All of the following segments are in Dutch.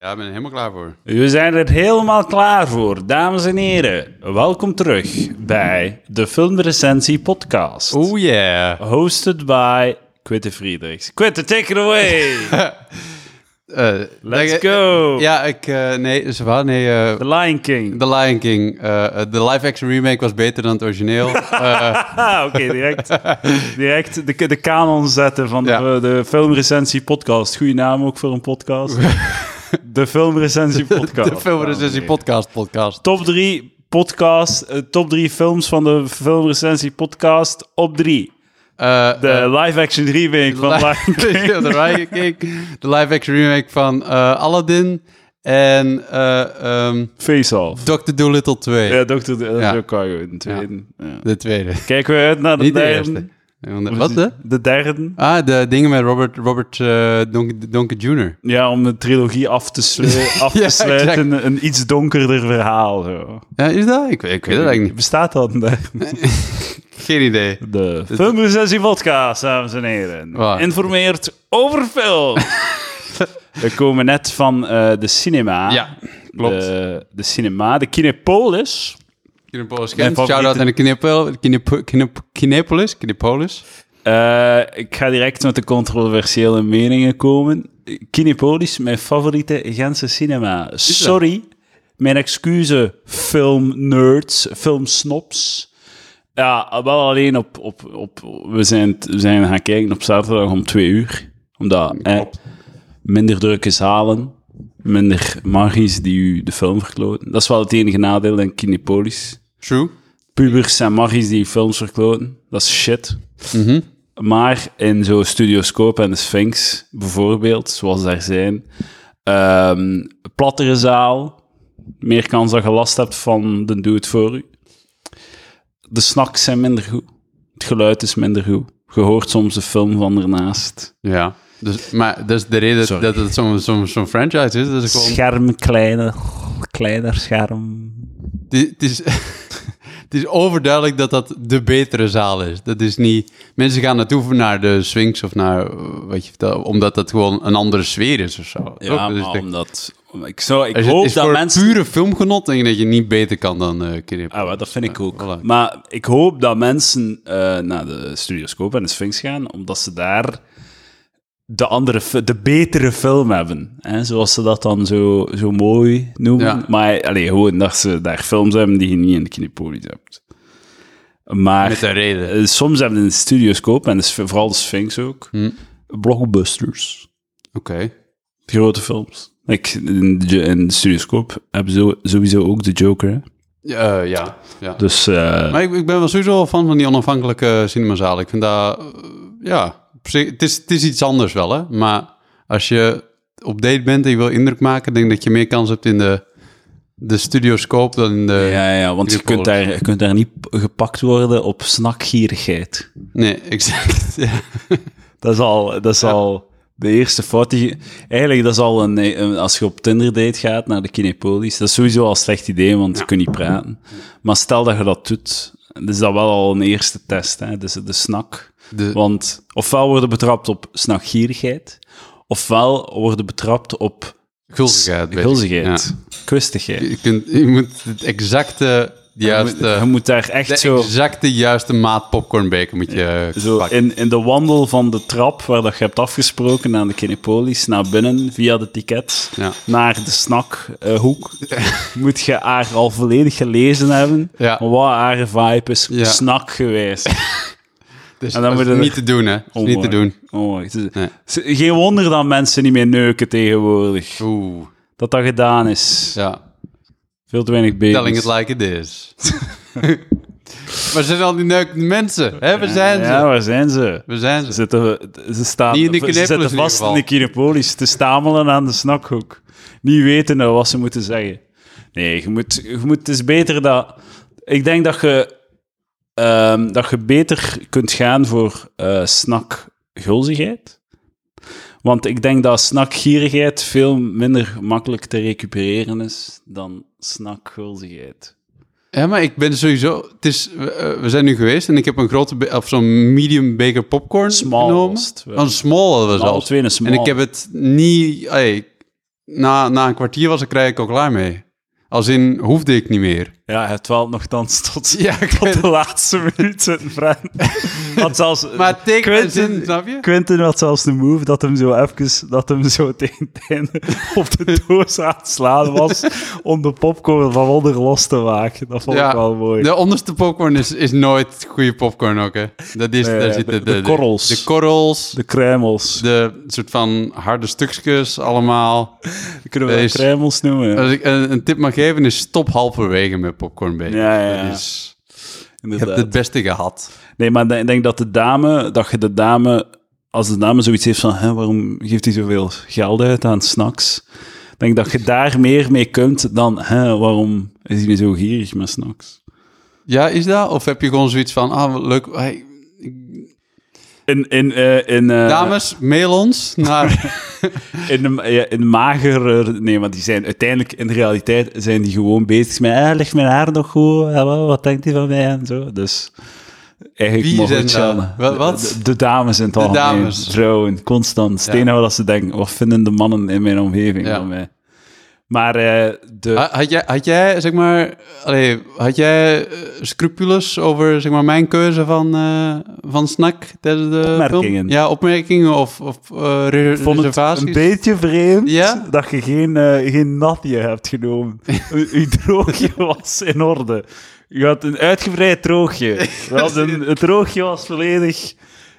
Ja, ik ben er helemaal klaar voor. We zijn er helemaal klaar voor, dames en heren. Welkom terug bij de Filmrecensie Podcast. Oh yeah. Hosted by Quitte Friedrichs. Quitte, take it away! Let's go! Ja, nee, The Lion King. The Lion King. De live-action remake was beter dan het origineel. Oké, direct de kanon zetten van de Filmrecensie Podcast. Goeie naam ook voor een podcast. De Filmrecensie Podcast. De Filmrecensie Podcast. Top 3 films van de Filmrecensie Podcast op 3. De live-action remake van Lion King. De live-action remake van Aladdin en Face Off. Dr. Dolittle 2. Ja, Dr. Dolittle, de tweede. Ja. De tweede. Kijken we uit naar de Niet derde? De eerste. Wat de? De derde. De dingen met Robert Downey Jr. Ja, om de trilogie af te sluiten. Een iets donkerder verhaal. Zo. Ja, is dat? Ik weet het eigenlijk niet. Bestaat dat? Geen idee. De Filmrecensie Podcast, dames en heren. Wow. Informeert over film. We komen net van de cinema. Ja, klopt. De cinema, de Kinepolis. Kinepolis Gent. Shout-out naar de Kinepolis. Ik ga direct met de controversiële meningen komen. Kinepolis, mijn favoriete Gentse cinema. Sorry, mijn excuses, filmnerds, filmsnobs. Ja, wel alleen we zijn gaan kijken op zaterdag om 2 uur. Omdat minder drukke zalen, minder magisch die u de film verkloten. Dat is wel het enige nadeel in Kinepolis. True. Pubers en magisch die films verkloten. Dat is shit. Mm-hmm. Maar in zo'n Studioscope en de Sphinx, bijvoorbeeld, zoals daar zijn, plattere zaal, meer kans dat je last hebt van de doe het voor u. De snacks zijn minder goed. Het geluid is minder goed. Je hoort soms de film van ernaast. Ja, maar dat is de reden dat het zo'n franchise is. Dat is gewoon... Scherm, kleiner scherm. Het is overduidelijk dat dat de betere zaal is. Dat is niet... Mensen gaan naartoe naar de Sphinx of naar... wat je vertelt, omdat dat gewoon een andere sfeer is of zo. Ja, dus maar omdat... Ik hoop hoop dat voor mensen... pure filmgenot denk ik dat je niet beter kan dan Kinepolis. Dat vind ik ook. Voilà. Maar ik hoop dat mensen naar de Studioscope en de Sphinx gaan, omdat ze daar de betere film hebben. Hè? Zoals ze dat dan zo mooi noemen. Ja. Maar gewoon dat ze daar films hebben die je niet in de Kinepolis hebt. Maar Met een reden. Soms hebben ze in de Studioscope, en vooral de Sphinx ook, blockbusters. Oké. Grote films. In de Studioscope hebben ze sowieso ook de Joker, hè? Ja. Dus, maar ik ben wel sowieso wel fan van die onafhankelijke cinemazalen. Ik vind dat... het is iets anders wel, hè. Maar als je op date bent en je wil indruk maken, denk ik dat je meer kans hebt in de Studioscope dan in de... Ja, want je kunt daar niet gepakt worden op snakgierigheid. Nee, exact. Ja. Dat is al de eerste fout. Eigenlijk, dat is al als je op Tinder date gaat naar de Kinepolis, dat is sowieso al een slecht idee, want je kunt niet praten. Maar stel dat je dat doet, dan is dat wel al een eerste test, hè. Dus de snak. Want ofwel worden betrapt op snakgierigheid, ofwel worden betrapt op gulzigheid, kwistigheid. Je moet het exacte juiste... Je moet daar echt de exacte juiste maat popcornbeker moet je pakken. In de wandel van de trap waar dat je hebt afgesproken naar de Kinepolis, naar binnen via de ticket, naar de snakhoek, moet je haar al volledig gelezen hebben. Ja. Wat haar vibe is snak geweest. Dus en dan moet je niet te doen, hè? Niet te doen. Geen wonder dat mensen niet meer neuken tegenwoordig. Oeh. Dat gedaan is. Ja. Veel te weinig baby's. Telling it like it is. Maar zijn al die neukende mensen? Hè? Waar zijn ze? Ja, waar zijn ze? Ze zitten vast in de Kinepolis te stamelen aan de snakhoek. Niet weten wat ze moeten zeggen. Nee, het is beter dat... Ik denk dat je beter kunt gaan voor snakgulzigheid. Want ik denk dat snakgierigheid veel minder makkelijk te recupereren is dan snakgulzigheid. Ja, maar ik ben sowieso... we zijn nu geweest en ik heb zo'n medium beker popcorn genomen. Een small was al. Twee een small. En ik heb het niet... na een kwartier was ik er eigenlijk al klaar mee. Als in, hoefde ik niet meer. Ja, het wel nogthans tot, Ja, tot de laatste minuut zitten vragen. Want zelfs Maar het tekent zin, snap je? Quentin had zelfs de move dat hem zo even, dat hem zo tegen het einde op de doos aan het slaan was om de popcorn van onder los te maken. Dat vond ik wel mooi. De onderste popcorn is nooit goede popcorn ook, hè. Dat is, daar zitten de korrels. De korrels. De kruimels. De soort van harde stukjes allemaal. Kunnen we dat kruimels noemen? Als ik een tip mag geven, is stop halverwege met popcorn baby. Ja. Dat is, je hebt het beste gehad. Nee, maar ik denk dat de dame, als de dame zoiets heeft van, waarom geeft hij zoveel geld uit aan snacks? Ik denk dat je daar meer mee kunt dan, waarom is hij zo gierig met snacks? Ja, is dat? Of heb je gewoon zoiets van, leuk... Hey, dames, mail ons naar... in mager... Nee, maar die zijn uiteindelijk... In de realiteit zijn die gewoon bezig met... ligt mijn haar nog goed? Wat denkt hij van mij? En zo. Dus... Eigenlijk wie zijn dat? Wat? De dames in het algemeen. Vrouwen, constant. Het enige wat ze denken... Wat vinden de mannen in mijn omgeving van mij? Maar Had jij, zeg maar... had jij scrupules over, zeg maar, mijn keuze van snack tijdens de opmerkingen. Film? Ja, opmerkingen of reservaties? Vond het een beetje vreemd ja? dat je geen natje hebt genomen. Uw droogje was in orde. Je had een uitgebreid droogje. Het droogje was volledig...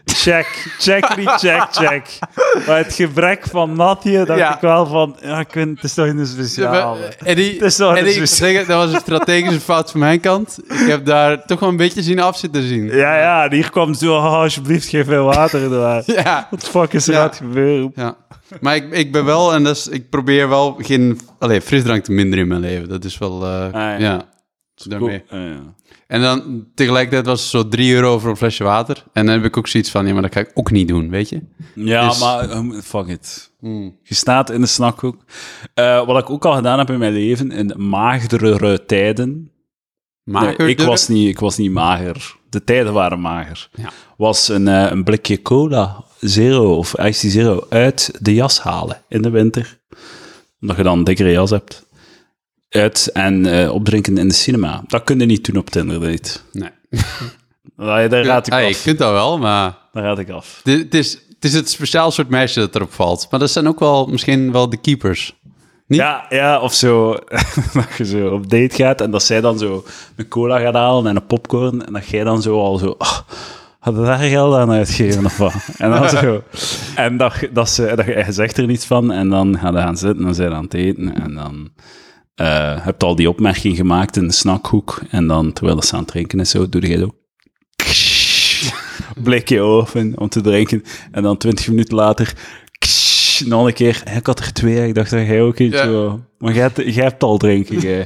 Check. Maar het gebrek van natje, dacht ik wel van... Ja, het is toch een speciaal. Dat was een strategische fout van mijn kant. Ik heb daar toch wel een beetje zien af zitten zien. Ja, hier kwam zo... alsjeblieft, geef veel water daar. Ja. Wat de fuck is er aan het gebeuren? Ja. Maar ik ben wel... En ik probeer wel geen frisdrank te minderen in mijn leven. Dat is wel... daarmee. En dan tegelijkertijd was het zo €3 voor een flesje water. En dan heb ik ook zoiets van, ja, maar dat ga ik ook niet doen, weet je? Ja, dus... maar fuck it. Je staat in de snackhoek. Wat ik ook al gedaan heb in mijn leven, in magere tijden... Mager? Nee, ik was niet mager. De tijden waren mager. Ja. Was een blikje cola zero of Ice Zero uit de jas halen in de winter. Omdat je dan een dikkere jas hebt. Uit en opdrinken in de cinema. Dat kun je niet doen op Tinder date. Nee. Daar raad ik af. Je kunt dat wel, maar... Daar raad ik af. Het is het speciaal soort meisje dat erop valt. Maar dat zijn ook wel misschien wel de keepers. Niet? Ja, of zo. Dat je zo op date gaat en dat zij dan zo een cola gaat halen en een popcorn. En dat jij dan zo al zo... Had je daar geld aan uitgegeven of wat? En dan zo... En dat je zegt er niets van. En dan ga je gaan zitten en zij aan het eten. En dan... hebt al die opmerking gemaakt in de snackhoek en dan, terwijl ze aan het drinken is, zo, doe je zo blikje open om te drinken en dan 20 minuten later nog een keer, ik had er 2, ik dacht dat jij ook iets maar jij hebt al drinken, jij.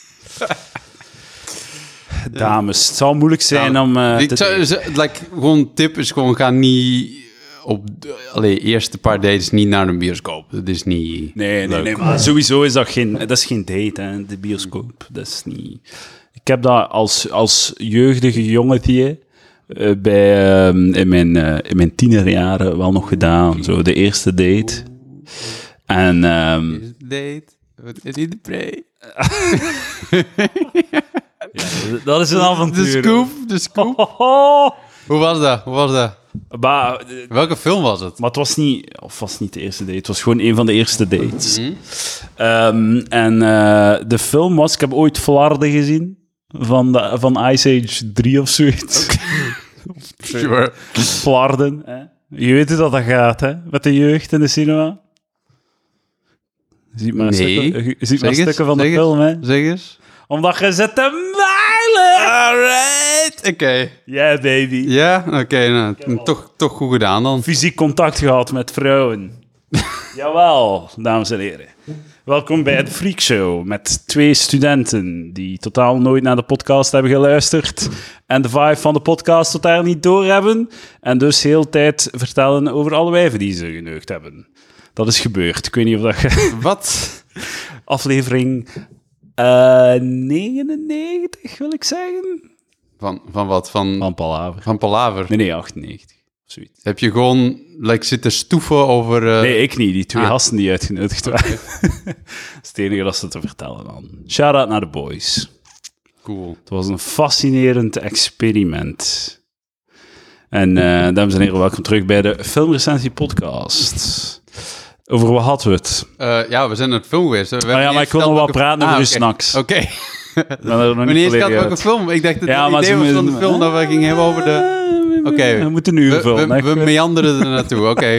Dames, het zal moeilijk zijn om gewoon tip is gewoon, ga niet eerste paar dates niet naar een bioscoop. Dat is niet Nee, maar sowieso is dat geen date, hè, de bioscoop. Dat is niet... Ik heb dat als jeugdige jongetje in mijn tienerjaren wel nog gedaan. Zo, de eerste date. En... date? Wat is die de pre? Ja, dat is een avontuur. De scoop. Hoe was dat? Maar, welke film was het? Maar het was niet de eerste date. Het was gewoon een van de eerste dates. Mm-hmm. En de film was... Ik heb ooit Vlaarden gezien. Van Ice Age 3 of zoiets. Okay. Sure. Vlaarden. Hè? Je weet hoe dat gaat, hè? Met de jeugd in de cinema. Je ziet maar stukken van de film, hè? Zeg eens. Omdat je zit te mijlen. Alright. Oké. Yeah, baby. Ja? Oké, nou, toch goed gedaan dan. Fysiek contact gehad met vrouwen. Jawel, dames en heren. Welkom bij de Freak Show met 2 studenten die totaal nooit naar de podcast hebben geluisterd en de vibe van de podcast totaal niet doorhebben en dus heel de tijd vertellen over alle wijven die ze geneukt hebben. Dat is gebeurd. Ik weet niet of dat je... Wat? Aflevering 99, wil ik zeggen. Van wat? Van Palaver. Van Palaver? Nee, 98. zoiets. Heb je gewoon zitten stoeven over... Nee, ik niet. Die twee gasten die uitgenodigd waren. Dat is het enige dat ze te vertellen hadden. Shout-out naar de boys. Cool. Het was een fascinerend experiment. En dames en heren, welkom terug bij de Filmrecensie podcast. Over wat hadden we het? We zijn naar het film geweest. Maar ik wil nog wel praten over uw snacks. Oké. Wanneer gaat er ook een film? Ik dacht dat het idee was van de film dat we gingen hebben over de... Oké. We moeten nu filmen. We meanderen er naartoe, oké.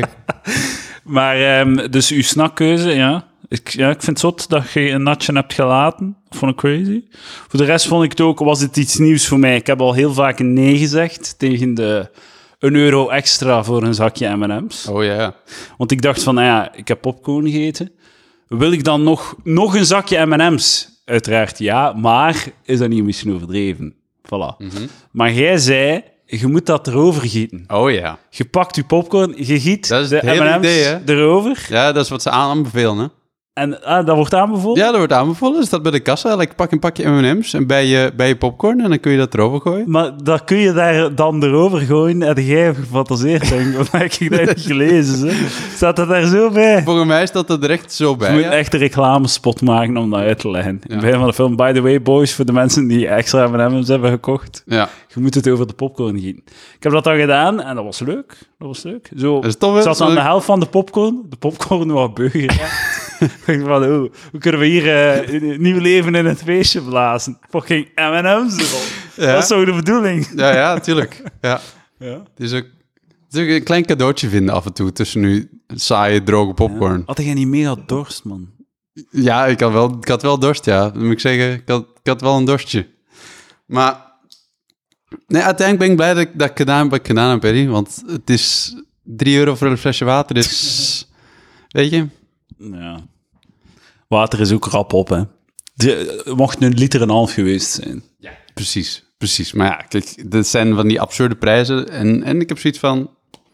Maar, dus uw snackkeuze, ja. Ik vind het zot dat je een natje hebt gelaten. Vond ik crazy. Voor de rest vond ik het ook, was het iets nieuws voor mij. Ik heb al heel vaak een nee gezegd tegen de €1 extra voor een zakje M&M's. Oh ja. Want ik dacht van, ik heb popcorn gegeten. Wil ik dan nog een zakje M&M's? Uiteraard ja, maar is dat niet misschien overdreven? Voilà. Mm-hmm. Maar jij zei, je moet dat erover gieten. Oh ja. Je pakt je popcorn, je giet de M&M's idee, erover. Ja, dat is wat ze aanbevelen, hè. En dat wordt aanbevolen? Ja, dat wordt aanbevolen. Dat staat bij de kassa. Pak een pakje M&M's en bij je popcorn en dan kun je dat erover gooien. Maar dat kun je daar dan erover gooien. Heb jij gefantaseerd, denk ik. Wat heb ik dat niet gelezen? Hè? Staat dat daar zo bij? Volgens mij staat dat er echt zo bij. Je moet echt een reclamespot maken om dat uit te leggen. In het begin van de film, by the way, boys, voor de mensen die extra M&M's hebben gekocht. Ja. Je moet het over de popcorn gieten. Ik heb dat dan gedaan en dat was leuk. Zo, ik zat aan de helft van de popcorn was beuger. Van, hoe kunnen we hier nieuw leven in het feestje blazen? Fucking M&M's erop. Ja. Dat is toch de bedoeling? Ja, natuurlijk. Ja. Het is ook een klein cadeautje vinden af en toe tussen nu saaie, droge popcorn. Ja. Had jij niet mega dorst, man? Ja, ik had wel dorst, ja. Dat moet ik zeggen. Ik had wel een dorstje. Maar nee, uiteindelijk ben ik blij dat ik gedaan heb wat ik gedaan heb, Eddie. Want het is €3 voor een flesje water. Dus, weet je... Ja. Water is ook rap op, hè. Mocht een liter en half geweest zijn. Ja, precies. Maar ja, kijk, dat zijn van die absurde prijzen. En ik heb zoiets van...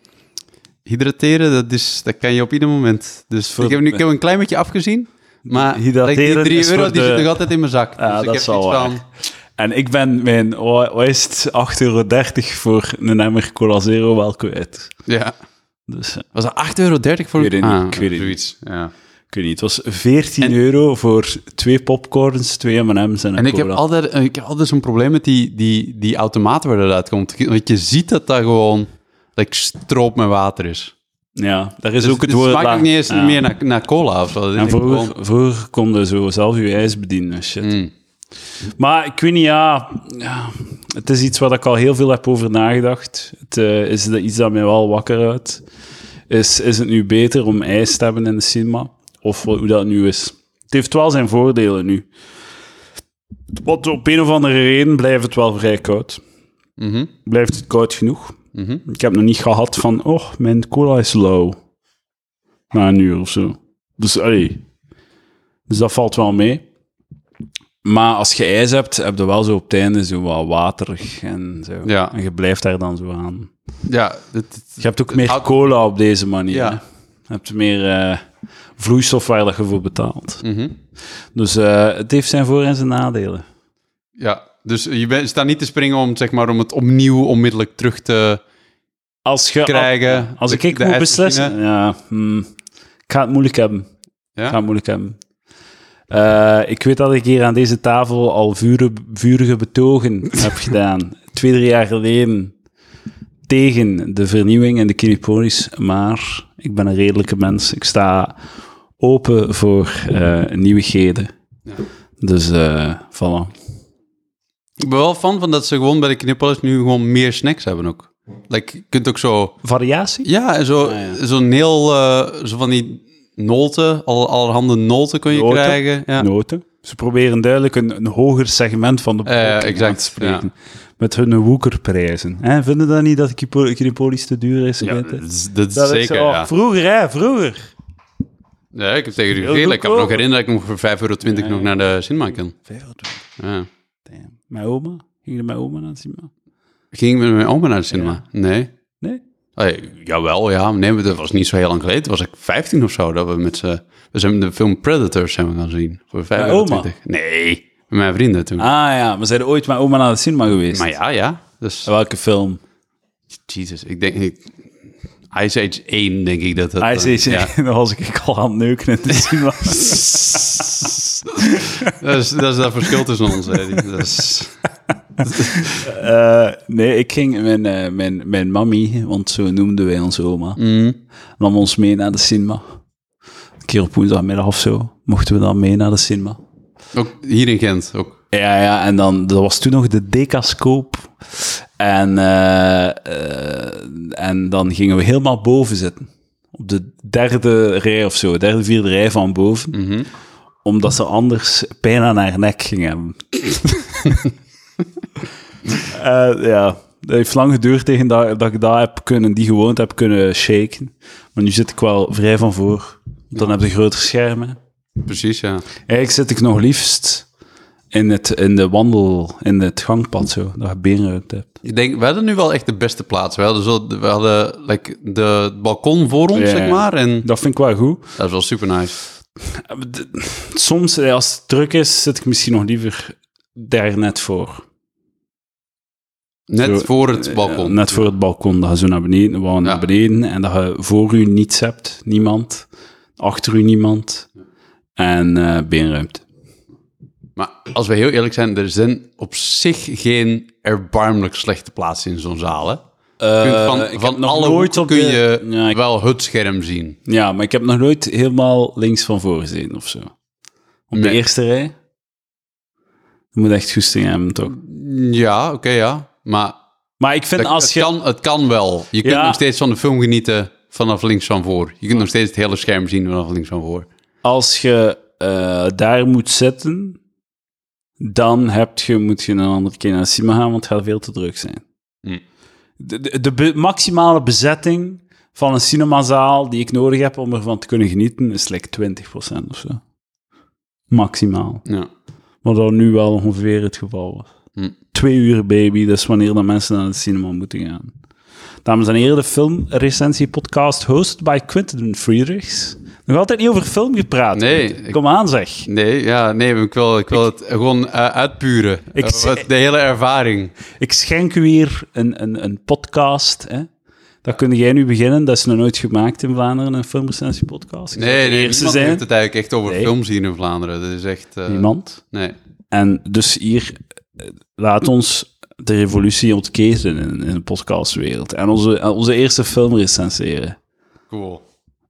Hydrateren, dat kan je op ieder moment. Dus ik heb een klein beetje afgezien. Maar hydrateren die €3 die zit nog altijd in mijn zak. Ja, dus dat is al waar. En ik ben mijn, wat is het, €8,30 voor een emmer Cola Zero wel kwijt. Ja. Dus, was dat €8,30 voor? Ik weet het niet. Zoiets, ja. Ik weet niet, het was €14 voor 2 popcorns, 2 M&M's en een cola. Ik heb altijd zo'n probleem met die automaten waar dat uitkomt. Want je ziet dat gewoon stroop met water is. Ja, daar is dus, ook het woord... Het smaakt ook niet eens meer naar cola of zo. En vroeger kon je zo zelf je ijs bedienen en shit. Maar ik weet niet, het is iets waar ik al heel veel heb over nagedacht. Het is iets dat mij wel wakker houdt. Is het nu beter om ijs te hebben in de cinema? Of hoe dat nu is? Het heeft wel zijn voordelen nu. Want op een of andere reden blijft het wel vrij koud. Mm-hmm. Blijft het koud genoeg? Mm-hmm. Ik heb nog niet gehad van, mijn cola is low. Na een uur of zo. Dus dat valt wel mee. Maar als je ijs hebt, heb je wel zo op het einde zo wat waterig en zo. Ja. En je blijft daar dan zo aan. Ja. Je hebt ook meer cola op deze manier. Ja. Je hebt meer vloeistof waar dat je voor betaalt. Mm-hmm. Dus het heeft zijn voor- en zijn nadelen. Ja, dus je staat niet te springen om het opnieuw onmiddellijk terug te krijgen. Als ik moet beslissen, ik ga het moeilijk hebben. Ik weet dat ik hier aan deze tafel al vurige betogen heb gedaan. 2-3 jaar geleden tegen de vernieuwing en de Kinepolis, maar ik ben een redelijke mens. Ik sta open voor nieuwigheden. Ja. Dus, voilà. Ik ben wel fan van dat ze gewoon bij de Kinepolis nu gewoon meer snacks hebben ook. Je kunt ook zo... Variatie? Ja, en zo'n heel... zo van die noten, allerhande noten kun je krijgen. Ja. Noten. Ze proberen duidelijk een hoger segment van de bevolking aan te spreken. Ja. Met hun woekerprijzen. Vinden dat niet dat Kinepolis te duur is? Ja, dat is zeker, ja. Vroeger. Ja, ik heb tegen u gezegd. Ik kan me nog herinneren dat ik nog voor €5,20 nog naar de cinema kan. €5,20? Ja. Damn. Mijn oma? Ging je met mijn oma naar de cinema? Ging ik met mijn oma naar de cinema? Ja. Nee? Jawel, ja. Nee, maar dat was niet zo heel lang geleden. Toen was ik 15 of zo. Dat we met z'n... We zijn de film Predators gaan zien. Voor €5,20. Nee, met mijn vrienden toen. Ah ja, we zijn ooit met oma naar de cinema geweest. Maar ja. Dus... Welke film? Jesus, ik denk... Ice Age 1, denk ik dat het... Ice Age 1, dan was ik al aan het neuken in de cinema. dat is dat verschil tussen ons, hè. Dat is... Nee, ik ging mijn mammy, want zo noemden wij onze oma, nam ons mee naar de cinema. Een keer op woensdagmiddag of zo, mochten we dan mee naar de cinema. Ook hier in Gent, ook. Ja, en dan, dat was toen nog de Decascoop. En dan gingen we helemaal boven zitten. Op de derde rij of zo, derde, vierde rij van boven. Omdat ze anders bijna naar nek gingen hebben. Ja, dat heeft lang geduurd tegen dat ik die gewoonte heb kunnen shaken. Maar nu zit ik wel vrij van voor. Dan heb je grotere schermen. Precies, ja. Eigenlijk zit ik nog liefst in het gangpad zo, dat je beenruimte hebt. Ik denk, we hadden nu wel echt de beste plaats. We hadden like, de balkon voor ons, zeg maar. En dat vind ik wel goed. dat is wel super nice. Soms, als het druk is, zit ik misschien nog liever daar net voor. Net zo, voor het balkon. Net voor het balkon, dat je zo naar beneden, en dat je voor u niets hebt, niemand. Achter u niemand. En beenruimte. Maar als we heel eerlijk zijn, er zijn op zich geen erbarmelijk slechte plaatsen in zo'n zaal, hè? Van alle hoeken kun je wel het scherm zien. Ja, maar ik heb nog nooit helemaal links van voor gezien of zo. Op de eerste rij? Je moet echt goesting hebben, toch? Ja, oké, ja. Maar ik vind het kan wel. Je kunt nog steeds van de film genieten vanaf links van voor. Je kunt nog steeds het hele scherm zien vanaf links van voor. Als je daar moet zitten, dan moet je een andere keer naar de cinema gaan, want het gaat veel te druk zijn. De maximale bezetting van een cinemazaal die ik nodig heb om ervan te kunnen genieten, is like 20% of zo. Maximaal. Ja. Wat dat nu wel ongeveer het geval was. 2 uur, baby, dat is wanneer de mensen naar de cinema moeten gaan. Dames en heren, de filmrecensiepodcast hosted by Quentin Friedrichs. Nog altijd niet over film gepraat. Nee. Kom aan, zeg. Nee, ik wil het gewoon uitpuren. De hele ervaring. Ik schenk u hier een podcast, hè. Dat kun jij nu beginnen. Dat is nog nooit gemaakt in Vlaanderen, een filmrecensiepodcast. Nee, niemand heeft het eigenlijk echt over films hier in Vlaanderen. Dat is echt... Niemand? Nee. En dus hier, laat ons de revolutie ontketenen in de podcastwereld. En onze eerste film recenseren. Cool.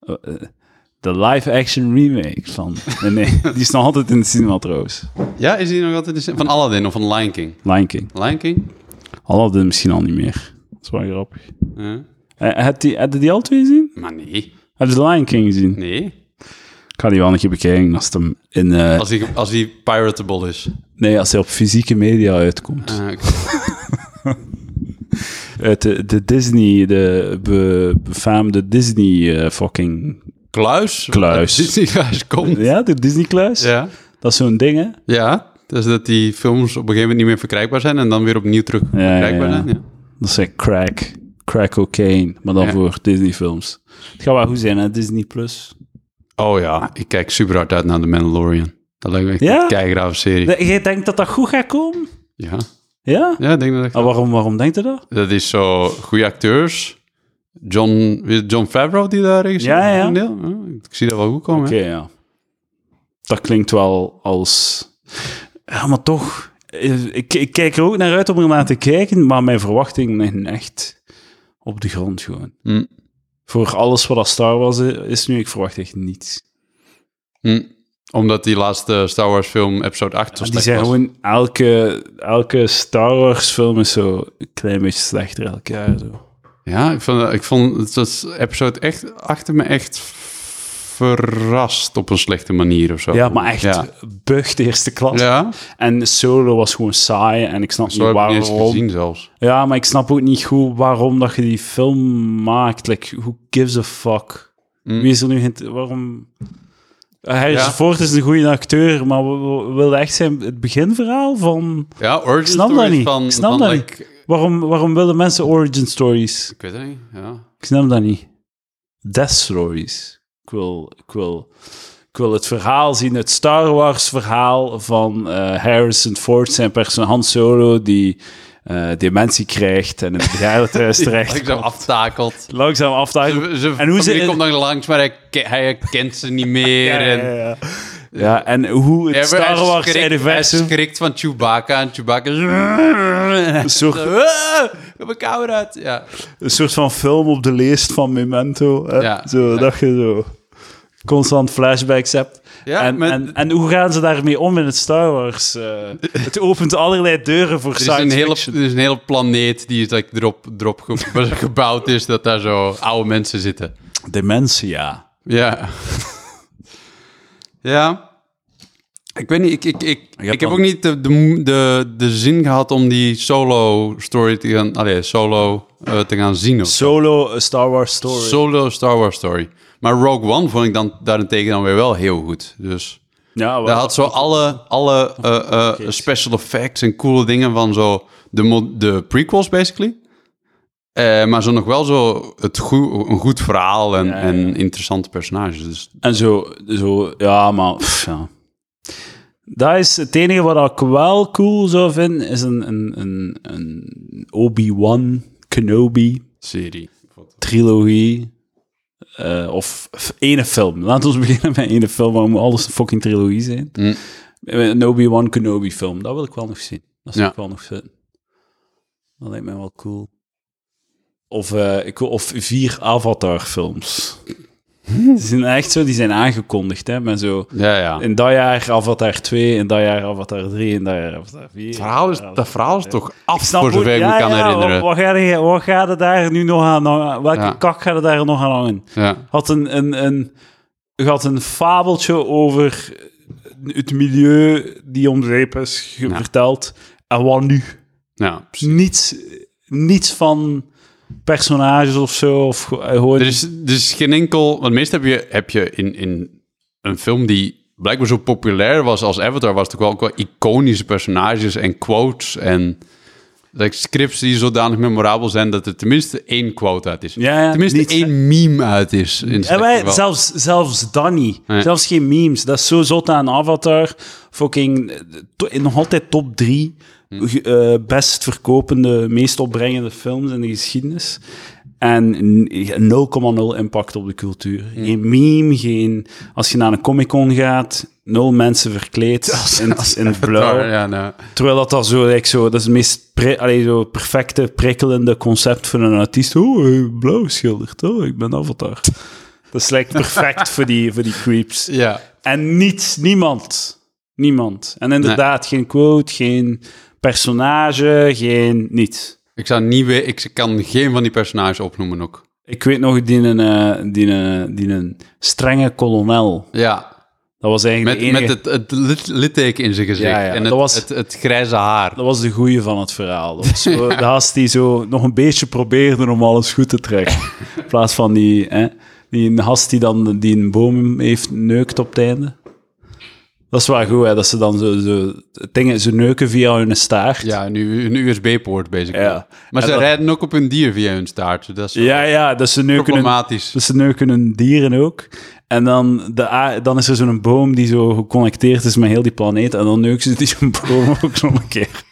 De live-action remake van... Nee, die is nog altijd in de cinema trouwens. Ja, is die nog altijd in de cinema? Van Aladdin of van Lion King? Lion King? Aladdin misschien al niet meer. Dat is wel grappig. Heb je die al twee gezien? Maar nee. Heb je de Lion King gezien? Nee. Ik ga die wel een keer bekijken als het hem in... Als die piratable is. Nee, als hij op fysieke media uitkomt. Okay. Uit de Disney, de befaamde Disney fucking... Kluis? Disney-kluis komt. Ja, de Disney-kluis. Ja. Dat is zo'n ding, hè? Ja, dus dat die films op een gegeven moment niet meer verkrijgbaar zijn en dan weer opnieuw terug verkrijgbaar zijn. Ja. Dat is like crack cocaine, maar dan voor Disney-films. Het gaat wel goed zijn, hè? Disney+. Oh ja, ik kijk super hard uit naar The Mandalorian. Dat lijkt me echt een keigrave serie. Jij denkt dat dat goed gaat komen? Ja. Ja? Ja, ik denk dat ik... Waarom denkt je dat? Dat is zo goede acteurs. John Favreau die daar regisseert. Ja. Ik zie dat wel goed komen. Oké, ja. Dat klinkt wel als... Ja, maar toch... Ik kijk er ook naar uit om er naar te kijken, maar mijn verwachtingen liggen echt op de grond gewoon. Voor alles wat Star Wars is nu, ik verwacht echt niets. Omdat die laatste Star Wars film, episode 8, zo slecht was. Die zijn gewoon... Elke Star Wars film is zo een klein beetje slechter elk jaar. Zo. Ja, ik vond dat episode 8 me echt verrast op een slechte manier of zo. Ja, maar echt bucht eerste klas. Ja. En Solo was gewoon saai en ik snap niet waarom. Heb ik niet eens gezien zelfs. Ja, maar ik snap ook niet goed waarom dat je die film maakt. Like, who gives a fuck? Wie is er nu... Waarom... Harrison Ford is een goede acteur, maar we wilden echt het beginverhaal van... Ja, origin snap stories dat niet. Ik snap dat niet. Waarom willen mensen origin stories? Ik weet het niet, ja. Ik snap dat niet. Death stories. Ik wil het verhaal zien, het Star Wars verhaal van Harrison Ford, zijn persoon Han Solo, die dementie krijgt en in het bejaardentehuis terecht. Langzaam aftakelt. En hoe ze komt dan langs, maar hij herkent ze niet meer. Ja, en hoe het Star Wars universum... Hij schrikt van Chewbacca en Chewbacca... Een soort... Op mijn camera uit. Ja. Een soort van film op de leest van Memento. Dat je zo constant flashbacks hebt. Ja, en hoe gaan ze daarmee om in het Star Wars? Het opent allerlei deuren voor science fiction. Er is een hele planeet die erop gebouwd is, dat daar zo oude mensen zitten. Dementia. Ja. Ja. Ik weet niet, ik heb ook niet de zin gehad om die solo-story te gaan zien. Solo Star Wars story. Solo Star Wars story. Maar Rogue One vond ik dan daarentegen dan weer wel heel goed. Dus daar had zo alle special effects en coole dingen van zo de prequels, basically. Maar zo nog wel zo een goed verhaal en interessante personages. Dus. En zo ja, maar... ja. Dat is het enige wat ik wel cool zou vinden, is een Obi-Wan Kenobi serie. Trilogie. Of ene film. Laten we beginnen met ene film, waar moet alles een fucking trilogie zijn. Een Obi-Wan Kenobi film, dat wil ik wel nog zien. Dat zou ik wel nog zitten. Dat lijkt mij wel cool. Of 4 Avatar films. Die zijn echt zo, die zijn aangekondigd, hè, met zo... Ja. In dat jaar Avatar 2, in dat jaar Avatar 3, in dat jaar Avatar 4. Dat verhaal is toch af, voor zover ik me kan herinneren. Wat gaat er daar nu nog aan hangen? Welke kak gaat er daar nog aan hangen? Ja. Had een fabeltje over het milieu die om de reep is verteld. En wat nu? Ja, niets van... personages of zo, of gewoon... Er is geen enkel... Want meestal heb je in een film die blijkbaar zo populair was als Avatar, was het ook wel iconische personages en quotes en scripts die zodanig memorabel zijn dat er tenminste 1 quote uit is. Tenminste 1 meme uit is. Zelfs dat niet. Nee. Zelfs geen memes. Dat is zo zot aan Avatar. Fucking nog altijd top 3 best verkopende, meest opbrengende films in de geschiedenis. En 0,0 impact op de cultuur. Geen meme, als je naar een Comic-Con gaat, 0 mensen verkleed in het blauw. Ja, Terwijl dat zo, dat is het meest zo perfecte, prikkelende concept voor een artiest. Blauw geschilderd. Ik ben Avatar. Dat is perfect voor die creeps. Ja. En niemand. En inderdaad, geen quote, geen personage, geen niets. Ik kan geen van die personages opnoemen ook. Ik weet nog die een strenge kolonel. Ja. Dat was eigenlijk met het litteken in zijn gezicht. Ja. En het grijze haar. Dat was de goeie van het verhaal. Dat was zo, de gast die zo nog een beetje probeerde om alles goed te trekken. In plaats van die gast die een boom heeft neukt op het einde. Dat is wel goed, hè, dat ze dan ze neuken via hun staart. Ja, een USB-poort, basically. Ja. Maar ze rijden ook op hun dier via hun staart. Dat is dat ze neuken problematisch. Dus ze neuken hun dieren ook. En dan is er zo'n boom die zo geconnecteerd is met heel die planeet. En dan neuken ze die zo'n boom ook nog een keer.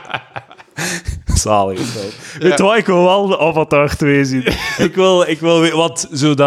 Zalig. Weet je wat, ik wil wel de Avatar 2 zien. ik wil wat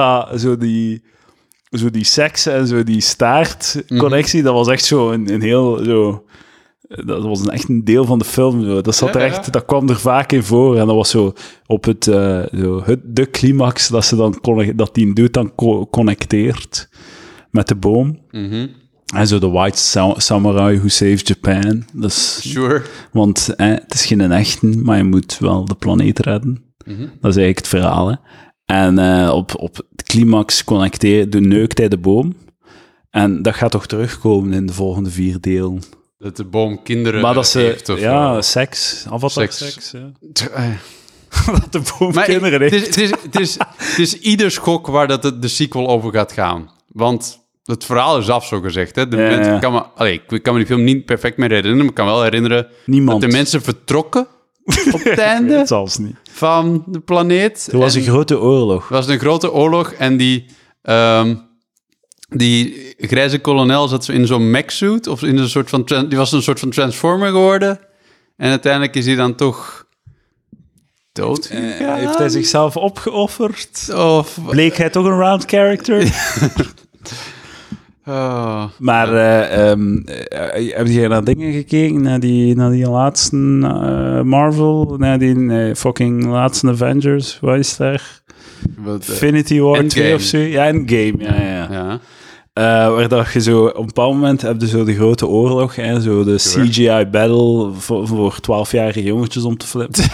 zo die seks en zo die staartconnectie, dat was echt zo een heel... dat was echt een deel van de film. Zo. Dat zat er echt, dat kwam er vaak in voor. En dat was zo op de climax dat die dude dan connecteert met de boom. Mm-hmm. En zo de White Samurai Who Saved Japan. Sure. Want het is geen echte, maar je moet wel de planeet redden. Mm-hmm. Dat is eigenlijk het verhaal, hè. En op het climax neukt hij de boom. En dat gaat toch terugkomen in de volgende 4 delen. Dat de boom kinderen heeft? Of seks. Avatar-seks, ja. Dat de boom kinderen heeft. Het is ieder schok waar dat de sequel over gaat gaan. Want het verhaal is af, zo gezegd. Hè. Ik kan me die film niet perfect meer herinneren, maar ik kan wel herinneren dat de mensen vertrokken op het einde het zelfs niet. Van de planeet. Er was een grote oorlog. Er was een grote oorlog en die grijze kolonel zat in zo'n mech-suit, of in een soort van die was een soort van transformer geworden. En uiteindelijk is hij dan toch dood gegaan? Heeft hij zichzelf opgeofferd? Of... Bleek hij toch een round character? Maar heb jij naar dingen gekeken? Naar die laatste Marvel? Naar die fucking laatste Avengers? Wat is daar? Infinity War Endgame. 2 of zo? Ja, Endgame, ja. Ja. Waar dat je zo... Op een bepaald moment heb je zo de grote oorlog, hè, zo de Sure. CGI battle voor 12-jarige jongetjes om te flippen.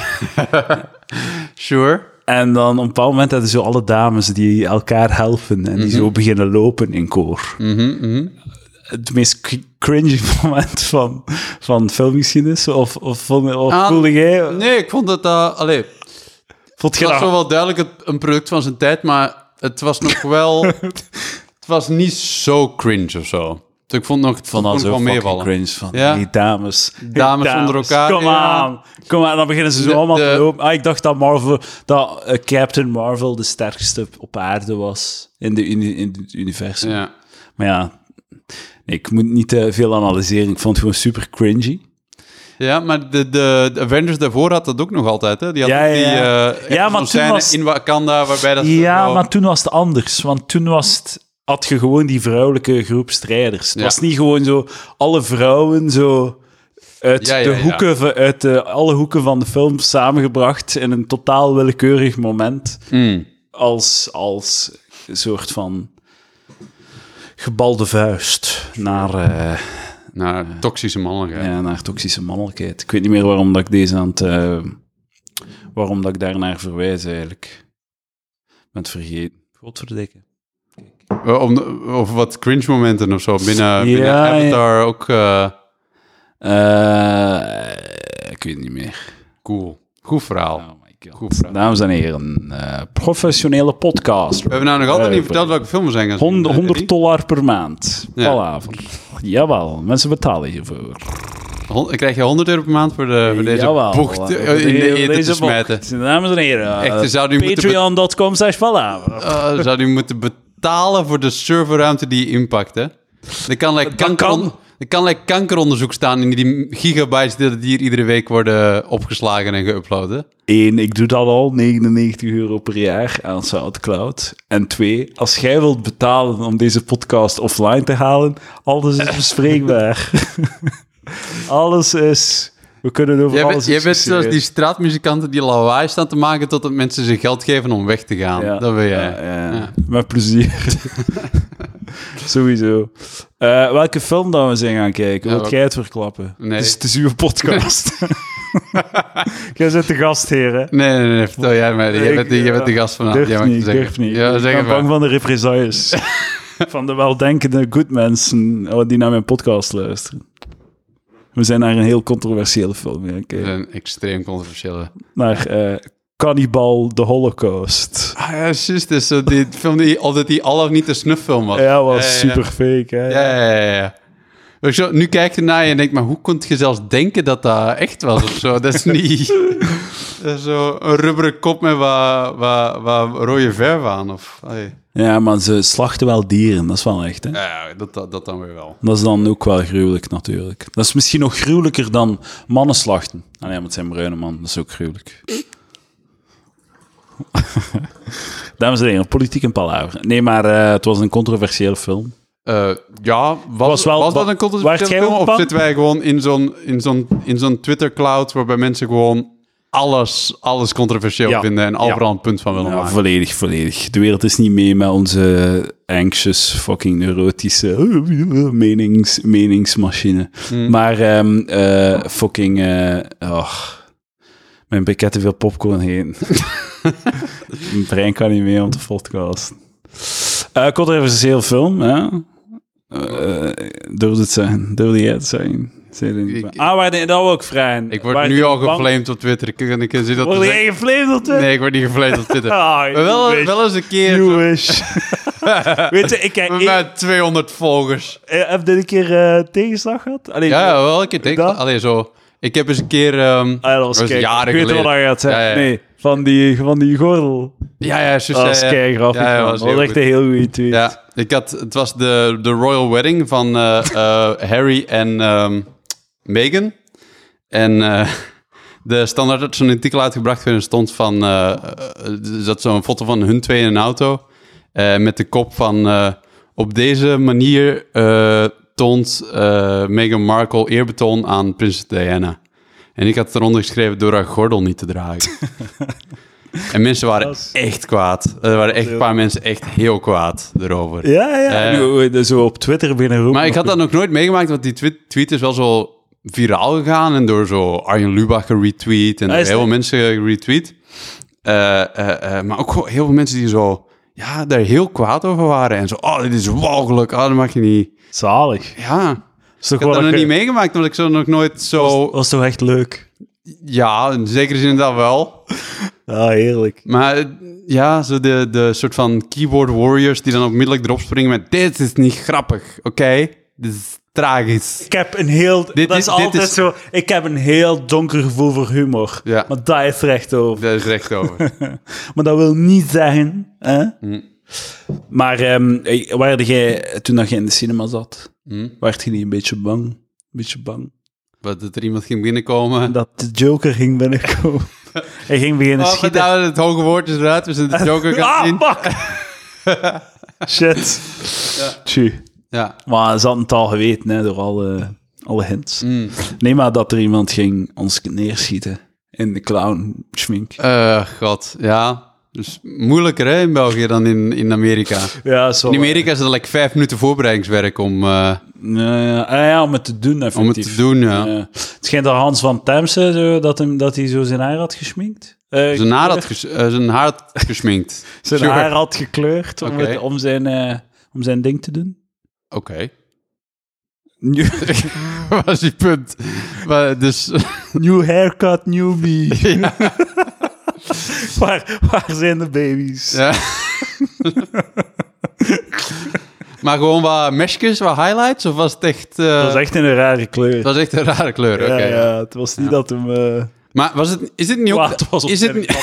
Sure. En dan op een bepaald moment hebben zo alle dames die elkaar helpen en die zo beginnen lopen in koor. Het meest cringy moment van filmgeschiedenis? Of voelde jij... Nee, ik vond dat... Vond Het je was dat... zo wel duidelijk een product van zijn tijd, maar het was nog wel... het was niet zo cringe of zo. Dus ik vond nog... Van al zo wel fucking meevallen. cringe van Ja. die dames. Dames onder elkaar, Kom ja. aan. Kom aan. En dan beginnen ze zo allemaal te lopen. Ik dacht dat Marvel, dat Captain Marvel de sterkste op aarde was in het universum. Ja. Maar ja, nee, ik moet niet te veel analyseren. Ik vond het gewoon super cringy. Ja, maar de Avengers daarvoor had dat ook nog altijd, hè? Die had Ja, ook die ja. Ja, maar zo'n toen scène was- in Wakanda waarbij dat... Ja, zo- maar toen was het anders. Want toen had je gewoon die vrouwelijke groep strijders. Het Ja. was niet gewoon zo alle vrouwen zo uit Ja, de ja, ja. hoeken, alle hoeken van de film samengebracht in een totaal willekeurig moment. Als een soort van gebalde vuist naar toxische mannelijkheid. naar toxische mannelijkheid. Ik weet niet meer waarom dat ik deze waarom dat ik daarnaar verwijs eigenlijk. Ik ben het vergeten. Godverdikke. Of wat cringe momenten of zo. Binnen Ja, Avatar ook Ik weet het niet meer. cool. Goed verhaal. Oh my god. Goed verhaal. Dames en heren, professionele podcast. We hebben nou nog altijd niet verteld welke film we zijn gaan zien. $100 per maand. Ja. Palaver. Jawel, mensen betalen hiervoor. Krijg je €100 per maand voor deze Jawel, bocht voor in de eten te deze smijten? bocht. Dames en heren, Echt, zou die moeten patreon.com/palaver. Zou die moeten betalen voor de serverruimte die je inpakt, hè? Er kan like kankeronderzoek staan in die gigabytes die hier iedere week worden opgeslagen en geüpload, hè? 1, ik doe dat al, €99 per jaar aan SoundCloud. En 2, als jij wilt betalen om deze podcast offline te halen, alles is bespreekbaar. Alles is... We kunnen over alles Jij bent discussiëren. zoals die straatmuzikanten die lawaai staan te maken totdat mensen ze geld geven om weg te gaan. Ja, Dat ben jij. ja. Met plezier. Sowieso. Welke film dan we zijn gaan kijken? Wilt jij het verklappen? Nee. Het is uw podcast. Jij bent de gastheer, hè? Nee, vertel jij mij. Jij bent de gast vanavond. Jij mag het zeggen. Durf niet. Ja, Ik zeg ben maar. bang van de represailles. Van de weldenkende good mensen die naar mijn podcast luisteren. We zijn naar een heel controversiële film gaan Dat is kijken. een extreem controversiële... Naar Cannibal the Holocaust. Ah ja, juist. Dus die film die al of niet een snufffilm was. Ja, was super fake, hè? Ja. Weet je zo, nu kijk je naar je en denkt, maar hoe kon je zelfs denken dat dat echt was of zo? Dat is niet... dat is zo een rubberen kop met wat rode verf aan. Of, allee. Ja, maar ze slachten wel dieren, dat is wel echt, hè? Ja, dat dan weer wel. Dat is dan ook wel gruwelijk, natuurlijk. Dat is misschien nog gruwelijker dan mannen slachten. Nee, maar het zijn bruine mannen, dat is ook gruwelijk. Dames en heren, politiek en palaver. Nee, maar het was een controversiële film. Was dat een controversiële Waart jij film? ook Of bang? zitten wij gewoon in zo'n Twitter-cloud waarbij mensen gewoon alles controversieel Ja. vinden en overal Ja. een punt van willen Ja, maken? volledig. De wereld is niet mee met onze anxious, fucking neurotische meningsmachine. Maar mijn bekend te veel popcorn heen. Mijn brein kan niet mee om te podcasten. Controversieel film, hè? Durfde het zijn? Durfde jij het zijn? Waar dat ook vrij. Ik word nu al geflamed op Twitter. Ik zie dat Word jij geflamed op Twitter? Nee, ik word niet geflamed op Twitter. Ah, Maar wel eens een keer... You wish. Weet je, ik Met 200 volgers. heb dit een keer tegenslag gehad? Allee, Ja, wel een keer denk Dat? Allee, zo... Ik heb eens een keer... dat was kei- jaren ik weet geleden. wat je gaat zeggen. Ja. Nee, van die gordel. Ja, juist. Dat was kei grappig. Ja, man. was Dat heel was echt goed. een heel goede tweet. Ja, het was de Royal Wedding van Harry en Meghan. En de Standaard had zo'n artikel uitgebracht waarin stond van... er zat zo'n foto van hun twee in een auto... met de kop van... op deze manier toont Meghan Markle eerbetoon aan prinses Diana. En ik had eronder geschreven door haar gordel niet te dragen. En mensen waren echt kwaad. Er waren echt een paar mensen echt heel kwaad erover. Ja. Zo op Twitter binnen roepen. Maar ik had dat nog nooit meegemaakt, want die tweet is wel zo viraal gegaan en door zo Arjen Lubach geretweet en door heel veel mensen geretweet. Maar ook gewoon heel veel mensen die zo, daar heel kwaad over waren. En zo, dit is walgelijk, dat mag je niet. Zalig. Ja, ik had dat nog niet meegemaakt, omdat ik zo nog nooit zo... Was toch echt leuk? Ja, in zekere zin dat wel. Heerlijk. Maar zo de soort van keyboard warriors die dan onmiddellijk erop springen met... Dit is niet grappig, oké? Dit is tragisch. Ik heb een heel... zo... Ik heb een heel donker gevoel voor humor. Ja. Maar daar is recht over. Dat is recht over. Maar dat wil niet zeggen... Hè? Maar waarde jij, toen dat je in de cinema zat... werd je niet een beetje bang? Wat, dat er iemand ging binnenkomen? Dat de Joker ging binnenkomen. Hij ging beginnen schieten. Nou, het hoge woord is eruit, we zijn de Joker gaan zien. Fuck! Shit. Tju. Ja. Maar ze hadden het al geweten, hè, door alle hints. Nee, maar dat er iemand ging ons neerschieten in de clown-schmink. God, ja. Dus moeilijker hè, in België dan in Amerika. Ja, zo. In Amerika is het like 5 minuten voorbereidingswerk om... om het te doen, effectief. Om het te doen, ja. Het schijnt dat Hans van Temse, dat hij zo zijn haar had geschminkt. Zijn haar had gesminkt. Zijn haar had gekleurd om zijn ding te doen. Oké. Wat is die punt? Maar dus... New haircut, new me. Ja. Waar zijn de baby's? Ja. Maar gewoon wat meshjes, wat highlights? Of was het echt... Het was echt een rare kleur. Het was echt een rare kleur, oké. Ja, het was niet dat hem... Maar is het niet ook... Is het niet...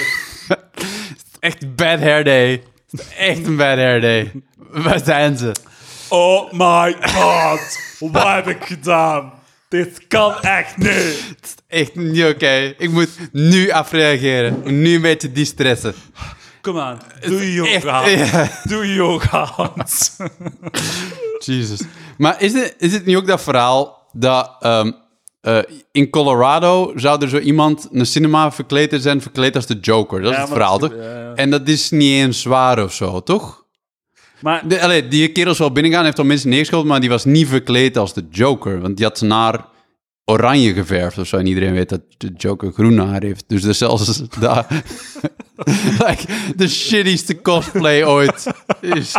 Echt bad hair day. Echt een bad hair day. Waar zijn ze? Oh my god. Wat heb ik gedaan? Dit kan echt niet. Het is echt niet oké. Ik moet nu afreageren. Nu een beetje distressen. Kom aan. Doe je yoga. Doe je yoga, Hans. Jesus. Maar is het niet ook dat verhaal dat in Colorado zou er zo iemand een cinema verkleed als de Joker? Dat is het verhaal, toch? Ja. En dat is niet eens zwaar of zo, toch? Maar die kerel is wel binnengaan, heeft al mensen neergeschoten, maar die was niet verkleed als de Joker. Want die had zijn haar oranje geverfd of zo. En iedereen weet dat de Joker groen haar heeft. Dus dat is zelfs daar... like, de shittieste cosplay ooit is...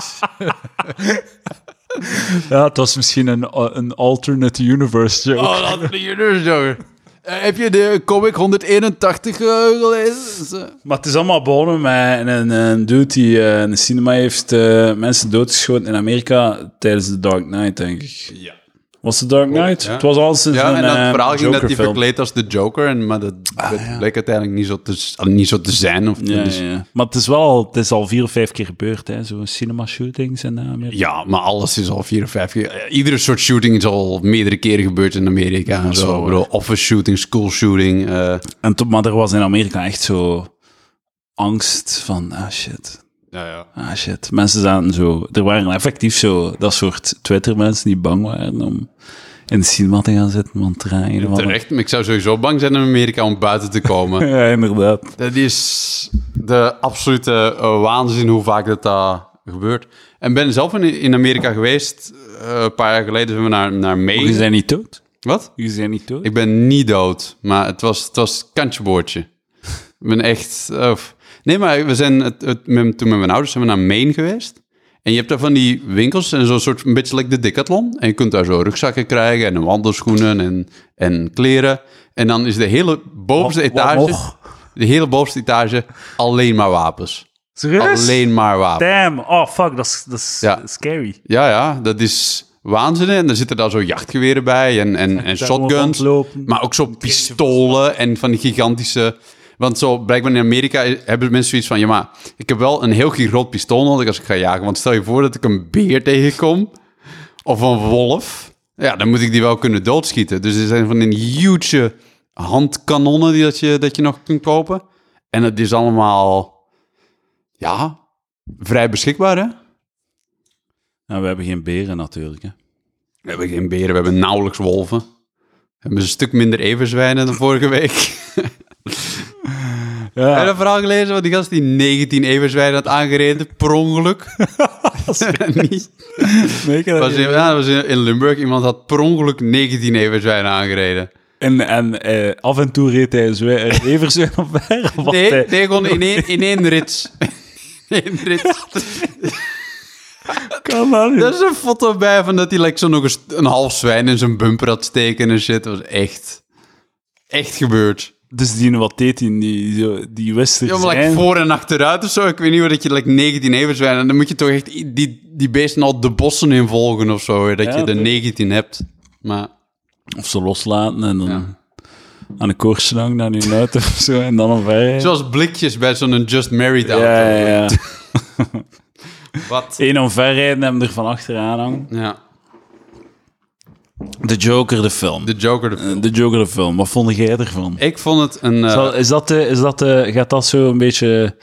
Ja, het was misschien een alternate universe joke. Oh, een alternate universe joke. Heb je de comic 181 gelezen? Maar het is allemaal begonnen met een dude die in de cinema heeft mensen doodgeschoten in Amerika tijdens The Dark Knight, denk ik. Ja. Was The Dark Knight? Ja. Het was al sinds en dat verhaal ging dat hij verkleed als de Joker, maar dat bleek uiteindelijk niet zo te zijn. Of ja. Maar het is al 4 of 5 keer gebeurd, hè? Zo'n cinema-shootings in Amerika. Ja, maar alles is al 4 of 5 keer. Iedere soort shooting is al meerdere keren gebeurd in Amerika. Ja, zo. Ik bedoel, office shooting, school shooting. Maar er was in Amerika echt zo angst van, shit. Ja. Shit. Mensen zaten zo... Er waren effectief zo dat soort Twitter-mensen die bang waren om in de cinema te gaan zitten. Want terecht, maar ik zou sowieso bang zijn in Amerika om buiten te komen. Ja, inderdaad. Dat is de absolute waanzin hoe vaak dat gebeurt. En ben zelf in Amerika geweest. Een paar jaar geleden zijn we naar Maine. Je bent niet dood? Wat? Je bent niet dood? Ik ben niet dood, maar het was kantje boordje. Ik ben echt... Nee, maar we zijn toen met mijn ouders zijn we naar Maine geweest. En je hebt daar van die winkels en zo'n soort een beetje like de Decathlon. En je kunt daar zo rugzakken krijgen en wandelschoenen en kleren. En dan is de hele bovenste etage... De hele bovenste etage alleen maar wapens. Serieus? Alleen maar wapens. Damn, oh fuck, dat is scary. Ja, dat is waanzin. En er zitten daar zo jachtgeweren bij en shotguns. Maar ook zo pistolen en van die gigantische... Want zo, blijkbaar in Amerika hebben mensen zoiets van... Ja, maar ik heb wel een heel groot pistool nodig als ik ga jagen. Want stel je voor dat ik een beer tegenkom. Of een wolf. Ja, dan moet ik die wel kunnen doodschieten. Dus er zijn van die huge handkanonnen dat je nog kunt kopen. En het is allemaal, ja, vrij beschikbaar, hè? Nou, we hebben geen beren natuurlijk, hè. We hebben geen beren, we hebben nauwelijks wolven. We hebben een stuk minder everzwijnen dan vorige week. Ja. Heb je dat verhaal gelezen? Want die gast die 19 everzwijnen had aangereden, per ongeluk. Niet. Nee, Dat was in Limburg. Iemand had per ongeluk 19 everzwijnen aangereden. En af en toe reed hij een everzwijn op weg? Nee, gewoon in één rit. Eén rit. Kan dat niet? Er is een foto bij van dat hij zo nog een half zwijn in zijn bumper had steken en shit. Dat was echt gebeurd. Dus wat deed hij? Die wist er Ja, maar zijn. voor en achteruit of zo. Ik weet niet hoe dat je 19 everzwijnen... En dan moet je toch echt die beesten al de bossen in volgen of zo. Dat je er 19 hebt. Maar... Of ze loslaten en dan aan een koorslang naar hun auto of zo. En dan omver. Zoals blikjes bij zo'n Just Married auto. Ja. Wat? Eén omverrijden en hem er van achteraan hangen. Ja. The Joker, de film. The Joker, de film. The Joker, de film. Wat vond jij ervan? Ik vond het een... Gaat dat zo een beetje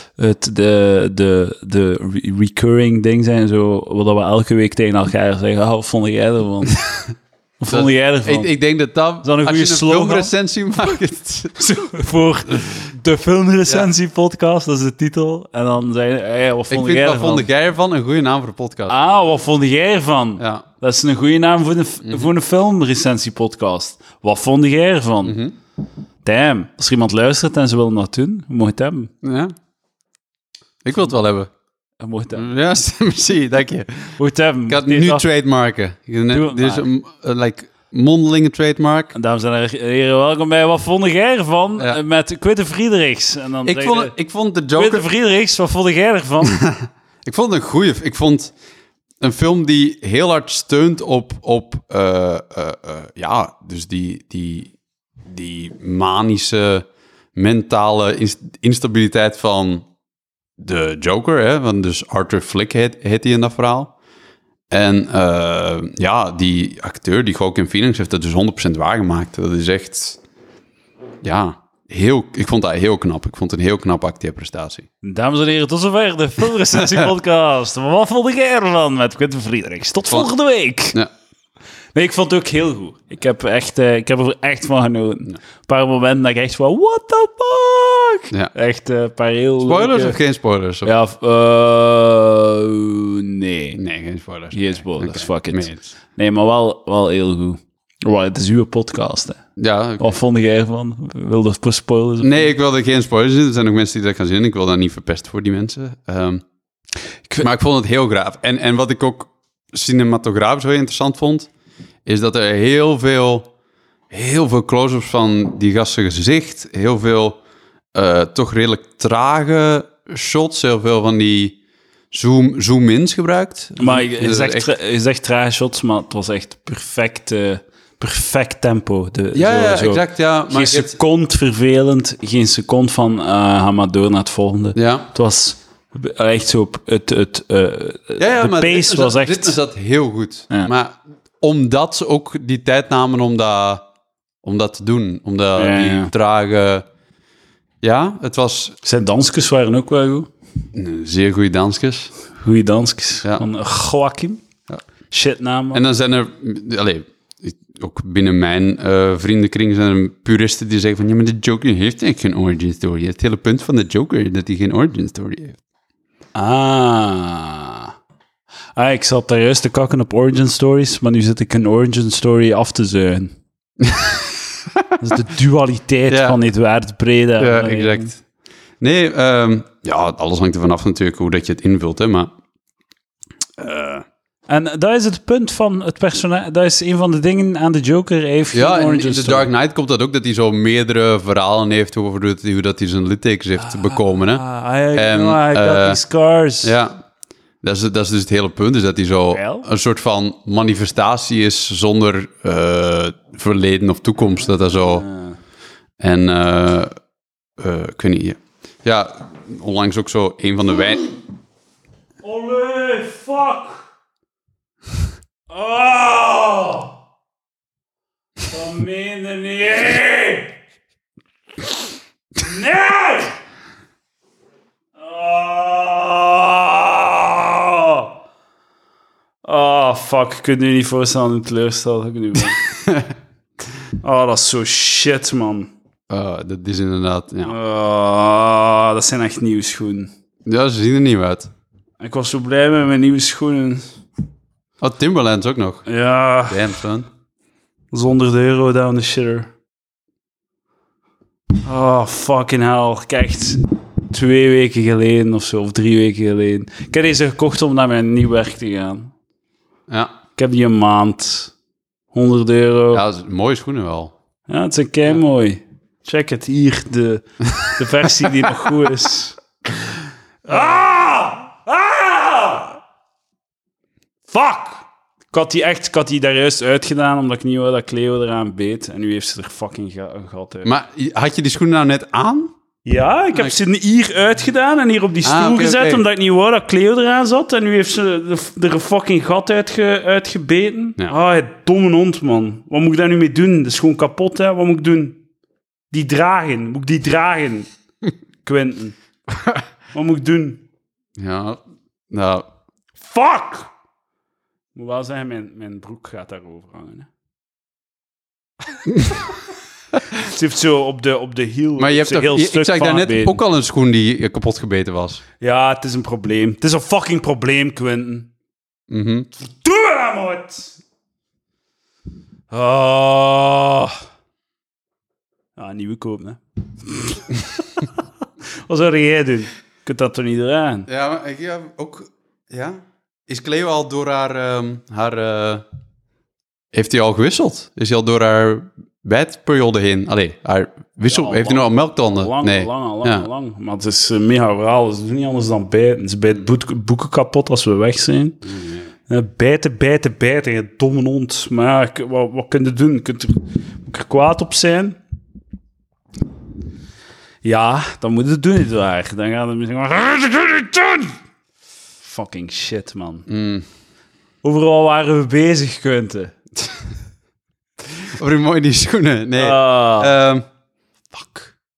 de recurring ding zijn? Zo, wat we elke week tegen elkaar zeggen. Wat vond jij ervan? Wat vond jij ervan? Ik denk dat een goede als je een slogan? filmrecensie maakt... Voor de filmrecensie-podcast, dat is de titel. En dan zei je, wat vond jij ervan? Wat vond jij ervan? Een goede naam voor de podcast. Wat vond jij ervan? Ja. Dat is een goede naam voor een filmrecensie-podcast. Wat vond jij ervan? Damn, als er iemand luistert en ze willen dat doen, je mag het hebben. Ja. Ik wil het wel hebben. Je mag het hebben. Ja, merci, dank je. Je mag het hebben. Ik ga het nu trademarken. Dit is een mondelinge trademark. Dames en heren, welkom bij Wat vond jij ervan? Ja. Met Quitte Friedrichs. En dan Ik vond de Joker... Quitte Friedrichs, wat vond jij ervan? Ik vond het een goeie... Ik vond een film die heel hard steunt op dus die manische mentale instabiliteit van de Joker, hè? Want dus Arthur Flick heet hij in dat verhaal. En die acteur, die Joaquin Phoenix, heeft dat dus 100% waargemaakt. Dat is echt... Ja, ik vond dat heel knap. Ik vond het een heel knappe acteerprestatie. Dames en heren, tot zover de filmrecensie-podcast. Wat vond jij ervan met Quentin Friedrichs? Tot volgende week. Ja. Nee, ik vond het ook heel goed. Ik heb er echt van genoten. Ja. Een paar momenten dat ik echt van, what the fuck? Ja. Echt een paar heel Spoilers leuke... of geen spoilers? Of... Ja, nee. Nee, geen spoilers. Geen spoilers, Oké. fuck it. Nee. Nee, maar wel heel goed. Wow, het is uw podcast, hè. Ja, oké. Wat vond jij ervan? Wilde je spoilers? Nee, ik wilde geen spoilers zien. Er zijn ook mensen die dat gaan zien. Ik wil dat niet verpesten voor die mensen. Maar ik vond het heel graaf. En wat ik ook cinematografisch heel interessant vond, is dat er heel veel close-ups van die gasten gezicht, heel veel toch redelijk trage shots, heel veel van die zoom-ins gebruikt. Maar je zegt trage shots, maar het was echt perfect tempo. Exact, ja. Maar Geen seconde vervelend, geen seconde van ga maar door naar het volgende. Ja. Het was echt zo... de maar pace was echt... Dit zat heel goed. Ja. Maar omdat ze ook die tijd namen om dat te doen. Omdat die trage... Ja, het was... Zijn dansjes waren ook wel goed. Zeer goede dansjes. Goeie dansjes. Ja. Van Joaquin. Ja. Shitnaam. En dan zijn er... ook binnen mijn vriendenkring zijn er puristen die zeggen van... Ja, maar de Joker heeft eigenlijk geen origin story. Het hele punt van de Joker is dat hij geen origin story heeft. Ik zat daar juist te kakken op origin stories, maar nu zit ik een origin story af te zuigen. Dat is de dualiteit van Edouard Breda. Ja, exact. Nee, alles hangt er vanaf natuurlijk hoe dat je het invult, hè, maar... En dat is het punt van het personage. Dat is een van de dingen aan de Joker. Heeft in The Dark Knight komt dat ook, dat hij zo meerdere verhalen heeft over hoe dat hij zijn littekens heeft bekomen. Hè? I got these scars. Ja, dat is dus het hele punt, is dat hij zo een soort van manifestatie is zonder verleden of toekomst. Dat zo... En ik weet niet... Ja, onlangs ook zo een van de wijn... Olé, fuck! Oh! Dat meende niet! Nee! Oh, fuck. Ik kan nu niet voorstellen hoe teleurgesteld ik nu ben. Oh, dat is zo shit, man. Dat is inderdaad... Ja. Oh, dat zijn echt nieuwe schoenen. Ja, ze zien er nieuw uit. Ik was zo blij met mijn nieuwe schoenen. Oh, Timberlands ook nog. Ja. Damn, son. €100 down the shitter. Oh, fucking hell. Kijk, 2 weken geleden of zo, of 3 weken geleden. Ik heb deze gekocht om naar mijn nieuw werk te gaan. Ja. Ik heb die een maand. €100. Ja, dat is mooie schoenen wel. Ja, het is kei mooi. Check het hier, de versie die nog goed is. Fuck! Ik had die daar juist uitgedaan, omdat ik niet wou dat Cleo eraan beet. En nu heeft ze er fucking een gat uit. Maar had je die schoenen nou net aan? Ja, ik heb ze hier uitgedaan en hier op die stoel gezet, omdat ik niet wou dat Cleo eraan zat. En nu heeft ze er een fucking gat uitgebeten. Ja. Het domme hond, man. Wat moet ik daar nu mee doen? Dat is gewoon kapot, hè. Wat moet ik doen? Die dragen. Moet ik die dragen? Quentin. Wat moet ik doen? Ja, nou... Fuck! Ik moet wel zeggen, mijn broek gaat daarover hangen, hè. Ze heeft zo op de hiel... Maar je hebt toch... Ik zag daar net ook al een schoen die kapot gebeten was. Ja, het is een probleem. Het is een fucking probleem, Quentin. Mhm. Doe me dat, maat! Oh. Ja, nieuwe kopen, hè. Wat zou jij doen? Je kunt dat toch niet eraan? Ja, maar ik heb ook... Ja? Is Cleo al door haar heeft hij al gewisseld? Is hij al door haar bedperiode heen? Allee, haar wissel... Ja, heeft hij nog al melktanden? Lang. Maar het is mega verhaal. Ze doen niet anders dan bijten. Ze bijten boeken kapot als we weg zijn. Bijten. Je domme hond. Maar ja, wat kun je doen? Moet ik er kwaad op zijn? Ja, dan moet je het doen, niet waar. Dan gaan we misschien zeggen... Fucking shit, man. Overal waren we bezig, Quentin. Over mooi die schoenen. Nee. Fuck.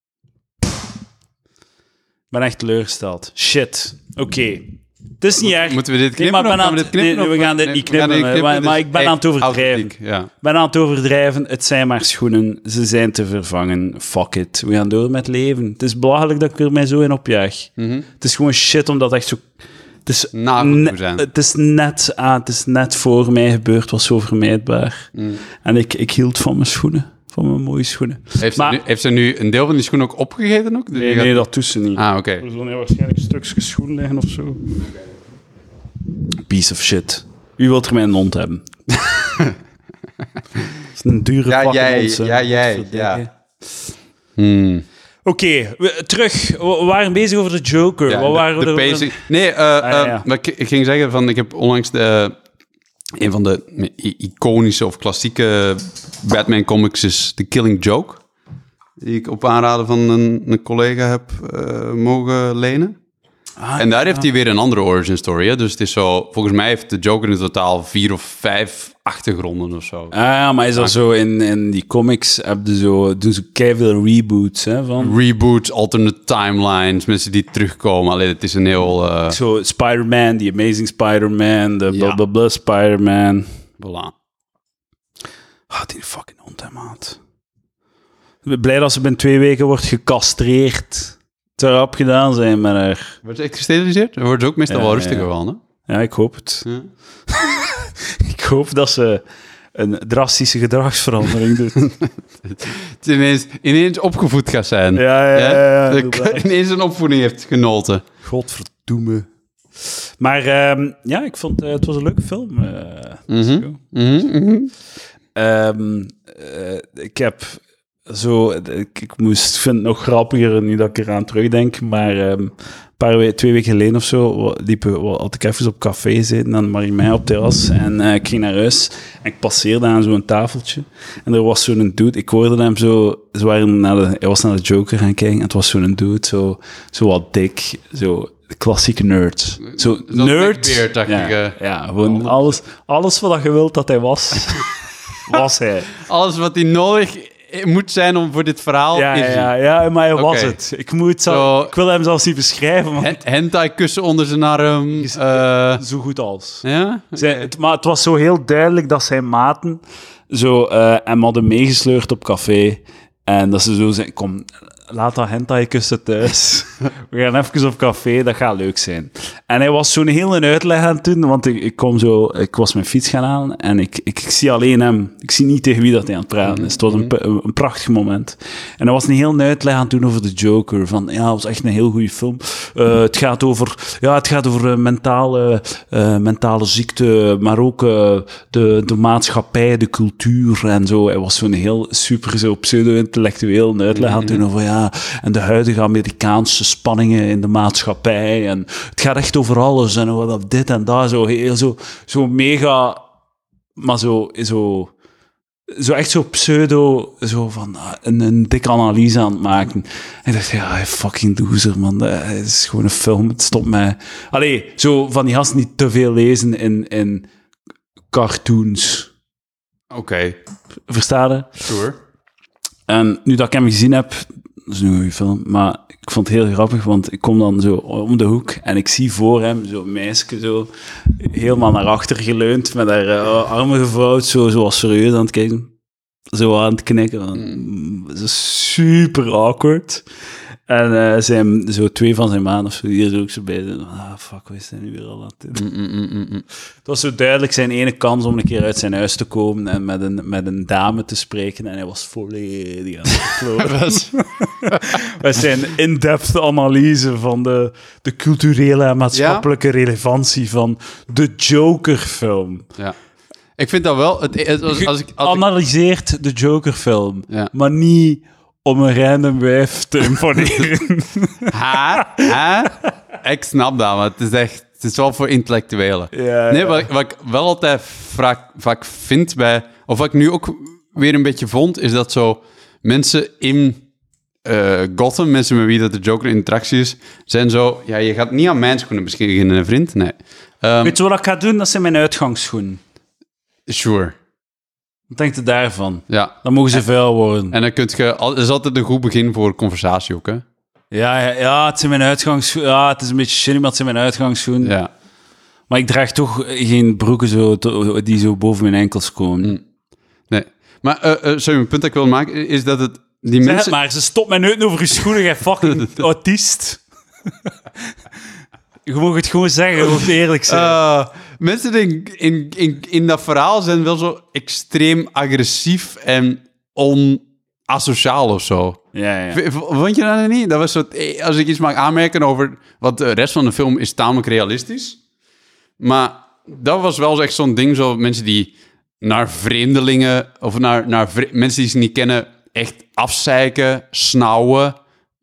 Ik ben echt teleurgesteld. Shit. Oké. Het is niet erg. Moeten we dit knippen? We gaan dit niet knippen. Maar ik ben aan het overdrijven. Ik ben aan het overdrijven. Het zijn maar schoenen. Ze zijn te vervangen. Fuck it. We gaan door met leven. Het is belachelijk dat ik er mij zo in opjaag. Het is gewoon shit, omdat echt zo... Het is net voor mij gebeurd, was zo vermijdbaar. En ik hield van mijn schoenen. Van mijn mooie schoenen. Heeft ze nu een deel van die schoenen ook opgegeten? Ook? Nee, dat doet ze niet. Oké. Er zullen waarschijnlijk stukjes schoen liggen of zo. Piece of shit. Wie wil er mijn hond hebben? Dat is een dure fucking hond. Ja. Oké, terug. We waren bezig over de Joker. Ja, Wat waren we de over? pacing. Nee, maar ik ging zeggen van... Ik heb onlangs een van de iconische of klassieke Batman comics is The Killing Joke. Die ik op aanraden van een collega heb mogen lenen. En daar heeft hij weer een andere origin story. Hè? Dus het is zo... Volgens mij heeft de Joker in totaal 4 of 5 achtergronden of zo. Maar is dat zo in die comics doen ze keiveel reboots, hè? Reboots, alternate timelines, mensen die terugkomen. Alleen het is een heel... Zo Spider-Man, The Amazing Spider-Man, de blablabla Spider-Man. Voilà. Die fucking hond, hè, maat. Ik ben blij dat ze binnen 2 weken wordt gecastreerd. Het zou rap gedaan zijn met haar. Wordt ze echt gesteriliseerd? Dan wordt ze ook meestal wel rustiger van, hè? Ja, ik hoop het. Ja. Ik hoop dat ze een drastische gedragsverandering doet. Het ineens opgevoed gaat zijn. Ja. Ineens een opvoeding heeft genoten. Godverdomme. Maar ik vond het was een leuke film. Ik heb zo... Ik vind het nog grappiger, nu dat ik eraan terugdenk, maar 2 weken geleden of zo had ik even op café zitten aan Marie-Mij op terras en ik ging naar huis en ik passeerde aan zo'n tafeltje en er was zo'n dude, ik hoorde hem zo, hij was naar de Joker gaan kijken en het was zo'n dude, zo wat dik, zo klassieke nerd. Zo nerd. Blackbeard, ja, gewoon alles wat je wilt dat hij was, was hij. Alles wat hij nodig moet zijn om voor dit verhaal is hij. Ja, maar hij was het. Ik wil hem zelfs niet beschrijven. Want hentai kussen onder zijn arm. zo goed als. Ja? Maar het was zo heel duidelijk dat zijn maten hem hadden meegesleurd op café. En dat ze zo zeiden, kom, laat dat hentai kussen thuis. We gaan even op café, dat gaat leuk zijn. En hij was zo'n hele uitleg aan het doen, want ik was mijn fiets gaan halen en ik zie alleen hem. Ik zie niet tegen wie dat hij aan het praten is. Het was een prachtig moment. En hij was een hele uitleg aan het doen over de Joker. Van, ja, het was echt een heel goede film. Het gaat over mentale ziekte, maar ook de maatschappij, de cultuur en zo. Hij was zo'n heel super zo pseudo-intellectueel uitleg aan het doen over en de huidige Amerikaanse spanningen in de maatschappij. En het gaat echt over alles. En wat dit en dat. Zo mega... Maar zo echt zo pseudo... Zo van een dikke analyse aan het maken. En ik dacht, fucking loser, man. Het is gewoon een film. Het stopt mij... Allee, zo van die gasten die te veel lezen in cartoons. Oké. Versta je? Sure. En nu dat ik hem gezien heb... Dat is een goede film, maar ik vond het heel grappig, want ik kom dan zo om de hoek en ik zie voor hem zo'n meisje zo helemaal naar achter geleund, met haar armen gevouwd, zoals serieus aan het kijken. Zo aan het knikken. Zo super awkward. En zo 2 van zijn maanden of zo, hier zo ook zo bij. Fuck, wat is hij nu weer al aan het doen? Het was zo duidelijk zijn ene kans om een keer uit zijn huis te komen en met een dame te spreken. En hij was volledig aan het kloten. Met zijn in-depth analyse van de culturele en maatschappelijke relevantie van de Joker-film. Ja. Ik vind dat wel... Als ik analyseert de Joker-film, maar niet... om een random wijf te imponeren. Ik snap dat, maar het is wel voor intellectuelen. Ja. Wat ik wel altijd vaak vind bij... Of wat ik nu ook weer een beetje vond, is dat zo mensen in Gotham, mensen met wie dat de Joker in interactie is, zijn zo... Ja, je gaat niet aan mijn schoenen beginnen, vriend. Nee. Weet je wat ik ga doen? Dat zijn mijn uitgangsschoen. Sure. Wat denkt u daarvan? Ja. Dan mogen ze vuil worden. En dan kun je... Het is altijd een goed begin voor conversatie ook, hè? Ja, het zijn mijn uitgangsschoen. Ja, het is een beetje shitty, maar het zijn mijn uitgangsschoen. Ja. Maar ik draag toch geen broeken die zo boven mijn enkels komen. Nee. Maar sorry, mijn punt dat ik wil maken is dat het... Die zeg mensen... het maar, ze stopt mij nooit over je schoenen, jij fucking autist. Je mag het gewoon zeggen, je moet eerlijk zijn. Mensen in dat verhaal zijn wel zo extreem agressief en onasociaal of zo. Ja. Vond je dat niet? Dat was zo, als ik iets mag aanmerken over... Want de rest van de film is tamelijk realistisch. Maar dat was wel echt zo'n ding, zo mensen die naar vreemdelingen... Of naar mensen die ze niet kennen, echt afzeiken, snauwen.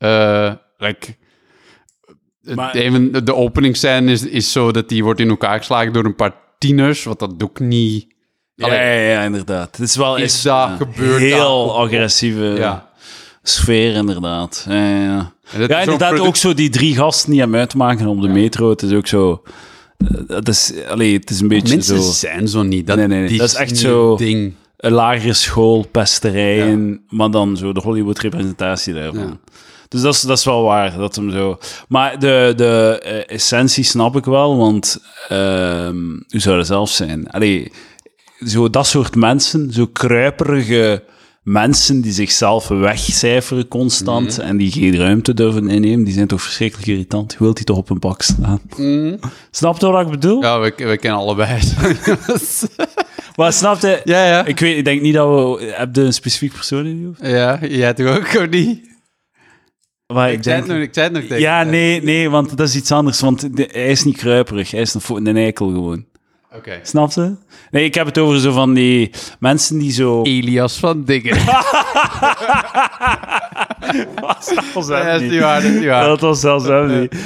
De openingsscène is zo dat die wordt in elkaar geslagen door een paar tieners, wat dat ook niet... Ja, inderdaad. Het is wel gebeurt heel agressieve sfeer, inderdaad. Ja, inderdaad, ook zo die 3 gasten die hem uitmaken op de metro. Het is ook zo... het is een beetje mensen zo... zijn zo niet. Nee. Dat is echt zo... Ding. Een lagere school, pesterijen, maar dan zo de Hollywood-representatie daarvan. Ja. Dus dat is wel waar, dat hem zo... Maar de essentie snap ik wel, want hoe zou dat zelf zijn? Zo dat soort mensen, zo kruiperige mensen die zichzelf wegcijferen constant en die geen ruimte durven innemen, die zijn toch verschrikkelijk irritant. Je wilt die toch op een bak staan? Snap je wat ik bedoel? Ja, we kennen allebei. Maar snap je? Ja. Ik denk niet dat we... Heb je een specifiek persoon in je hoofd? Ja, jij toch ook niet? Maar ik zei het nog tegen. Ja, nee, want dat is iets anders. Want hij is niet kruiperig. Hij is een eikel gewoon. Oké. Snap je? Nee, ik heb het over zo van die mensen die zo... Elias van Dingen. Dat was dat is niet waar. Dat was zelfs hem niet.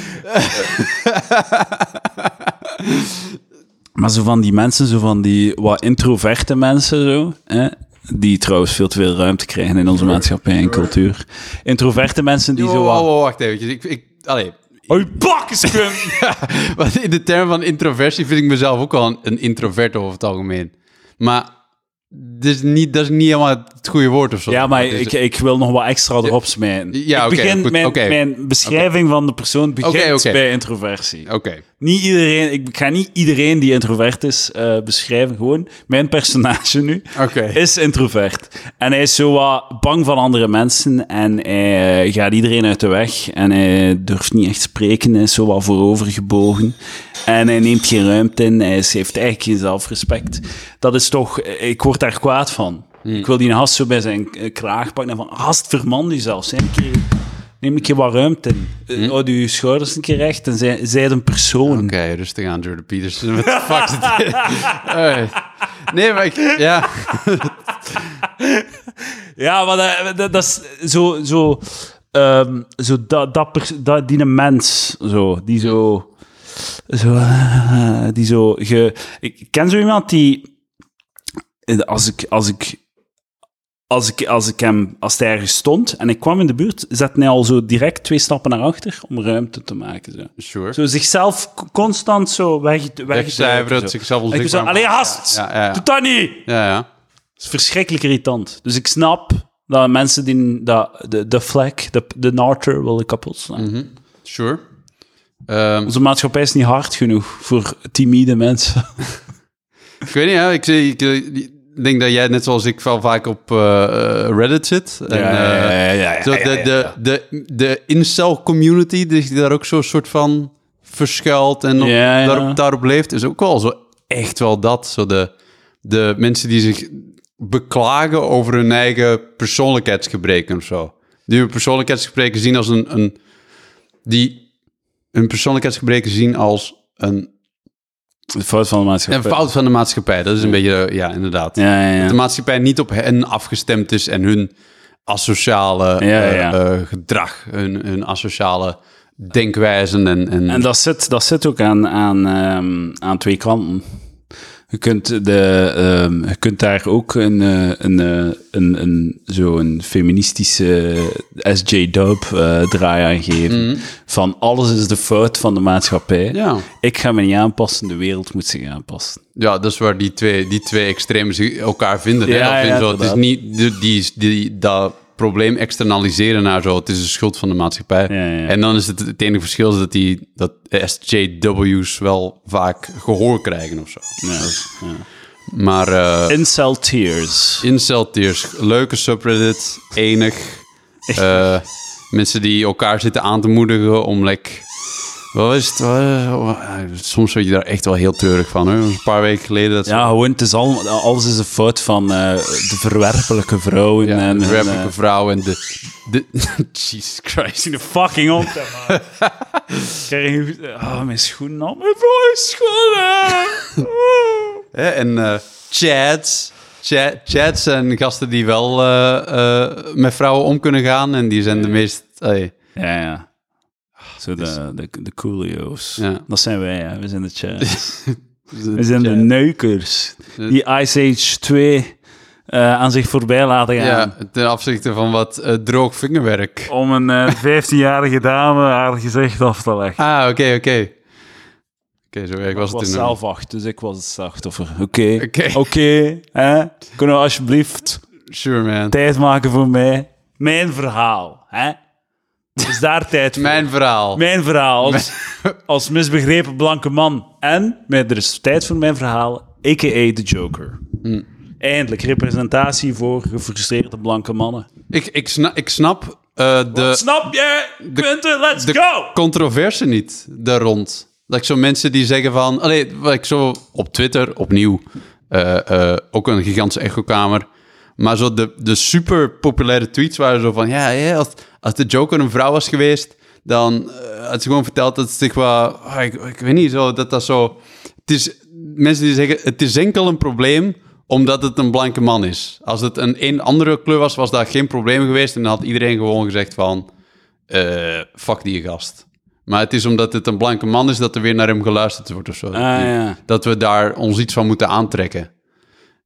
Maar zo van die mensen, zo van die wat introverte mensen, zo, hè, die trouwens veel te veel ruimte krijgen in onze maatschappij en cultuur. Introverte mensen die zo... Wacht even. Oh, je bakkenskum! Want in de term van introversie vind ik mezelf ook wel een introvert over het algemeen. Maar dat is niet helemaal het goede woord of zo. Ja, maar ik wil nog wat extra erop smijten. Ja, ik begin, mijn beschrijving van de persoon begint bij introversie. Oké. Niet iedereen, ik ga niet iedereen die introvert is beschrijven. Gewoon, mijn personage nu is introvert. En hij is zo wat bang van andere mensen en hij gaat iedereen uit de weg en hij durft niet echt spreken, hij is zo wat voorovergebogen en hij neemt geen ruimte in, hij heeft eigenlijk geen zelfrespect. Dat is toch, ik word daar kwaad van. Ik wil die gast zo bij zijn kraag pakken en van, gast, verman je zelfs, neem een keer wat ruimte in. Houd je schouders een keer recht en zij een persoon. Oké, rustig aan, Jordan Peterson. Wat de fuck is dit? Nee, maar ja. Ja, maar dat is die mens, ik ken zo iemand die, als hij ergens stond en ik kwam in de buurt, zette hij al zo direct 2 stappen naar achter om ruimte te maken. Zo, sure. zo zichzelf constant zo wegcijferen, zichzelf onzichtbaar. Allee, gast, doe dat niet! Ja. Dat is verschrikkelijk irritant. Dus ik snap dat mensen die de vlek, de narter willen kapot slaan. Mm-hmm. Sure. Onze maatschappij is niet hard genoeg voor timide mensen. Ik weet niet, ja. Ik denk dat jij, net zoals ik, wel vaak op Reddit zit. De incel community, die daar ook zo'n soort van verschuilt en daarop leeft, is ook wel zo echt wel dat. Zo de mensen die zich beklagen over hun eigen persoonlijkheidsgebreken of zo. Die hun persoonlijkheidsgebreken zien als die hun persoonlijkheidsgebreken zien als een fout van de maatschappij. Een fout van de maatschappij, dat is een beetje, inderdaad. Ja. Dat de maatschappij niet op hen afgestemd is en hun asociale gedrag, hun asociale denkwijzen. En dat zit ook aan 2 kanten. Je kunt daar ook zo'n feministische SJ-dub draai aan geven. Van alles is de fout van de maatschappij. Ja. Ik ga me niet aanpassen, de wereld moet zich aanpassen. Ja, dat is waar die twee extremen elkaar vinden. Het is niet dat probleem externaliseren naar zo. Het is de schuld van de maatschappij. Ja. En dan is het enige verschil is dat SJW's wel vaak gehoor krijgen of zo. Ja. Maar Incel Tears, leuke subreddit, enig. Mensen die elkaar zitten aan te moedigen om wat is het? Soms word je daar echt wel heel treurig van, hoor. Een paar weken geleden. Gewoon, het is alles is een fout van de verwerpelijke vrouw. Ja, de verwerpelijke vrouw en de Jesus Christ. In de fucking op, man. Mijn schoenen op. Mijn schoenen! En chads en gasten die wel met vrouwen om kunnen gaan. En die zijn de meest... Ja. Zo de coolio's. Ja. Dat zijn wij, hè. We zijn de chads. We zijn de neukers. Die Ice Age 2 aan zich voorbij laten gaan. Ja, ten opzichte van wat droog vingerwerk. Om een 15-jarige dame haar gezicht af te leggen. Ah, oké. Zo erg was het. Ik was zelf 8, dus ik was het slachtoffer. Oké. Kunnen we alsjeblieft tijd maken voor mij? Mijn verhaal, hè? Dus daar tijd voor. Mijn verhaal als misbegrepen blanke man. En er is tijd voor mijn verhaal, a.k.a. The Joker. Eindelijk representatie voor gefrustreerde blanke mannen. Ik snap Wat snap je? Quentin, let's go! Controverse niet daar rond. Dat zo mensen die zeggen van... wat ik zo op Twitter, opnieuw, ook een gigantische echokamer... Maar zo de super populaire tweets waren zo van... als de Joker een vrouw was geweest... dan had ze gewoon verteld dat het zich wel... ik weet niet, zo, dat zo... Het is mensen die zeggen... het is enkel een probleem omdat het een blanke man is. Als het een andere kleur was dat geen probleem geweest... en dan had iedereen gewoon gezegd van... fuck die gast. Maar het is omdat het een blanke man is... dat er weer naar hem geluisterd wordt of zo. Ja. Dat we daar ons iets van moeten aantrekken.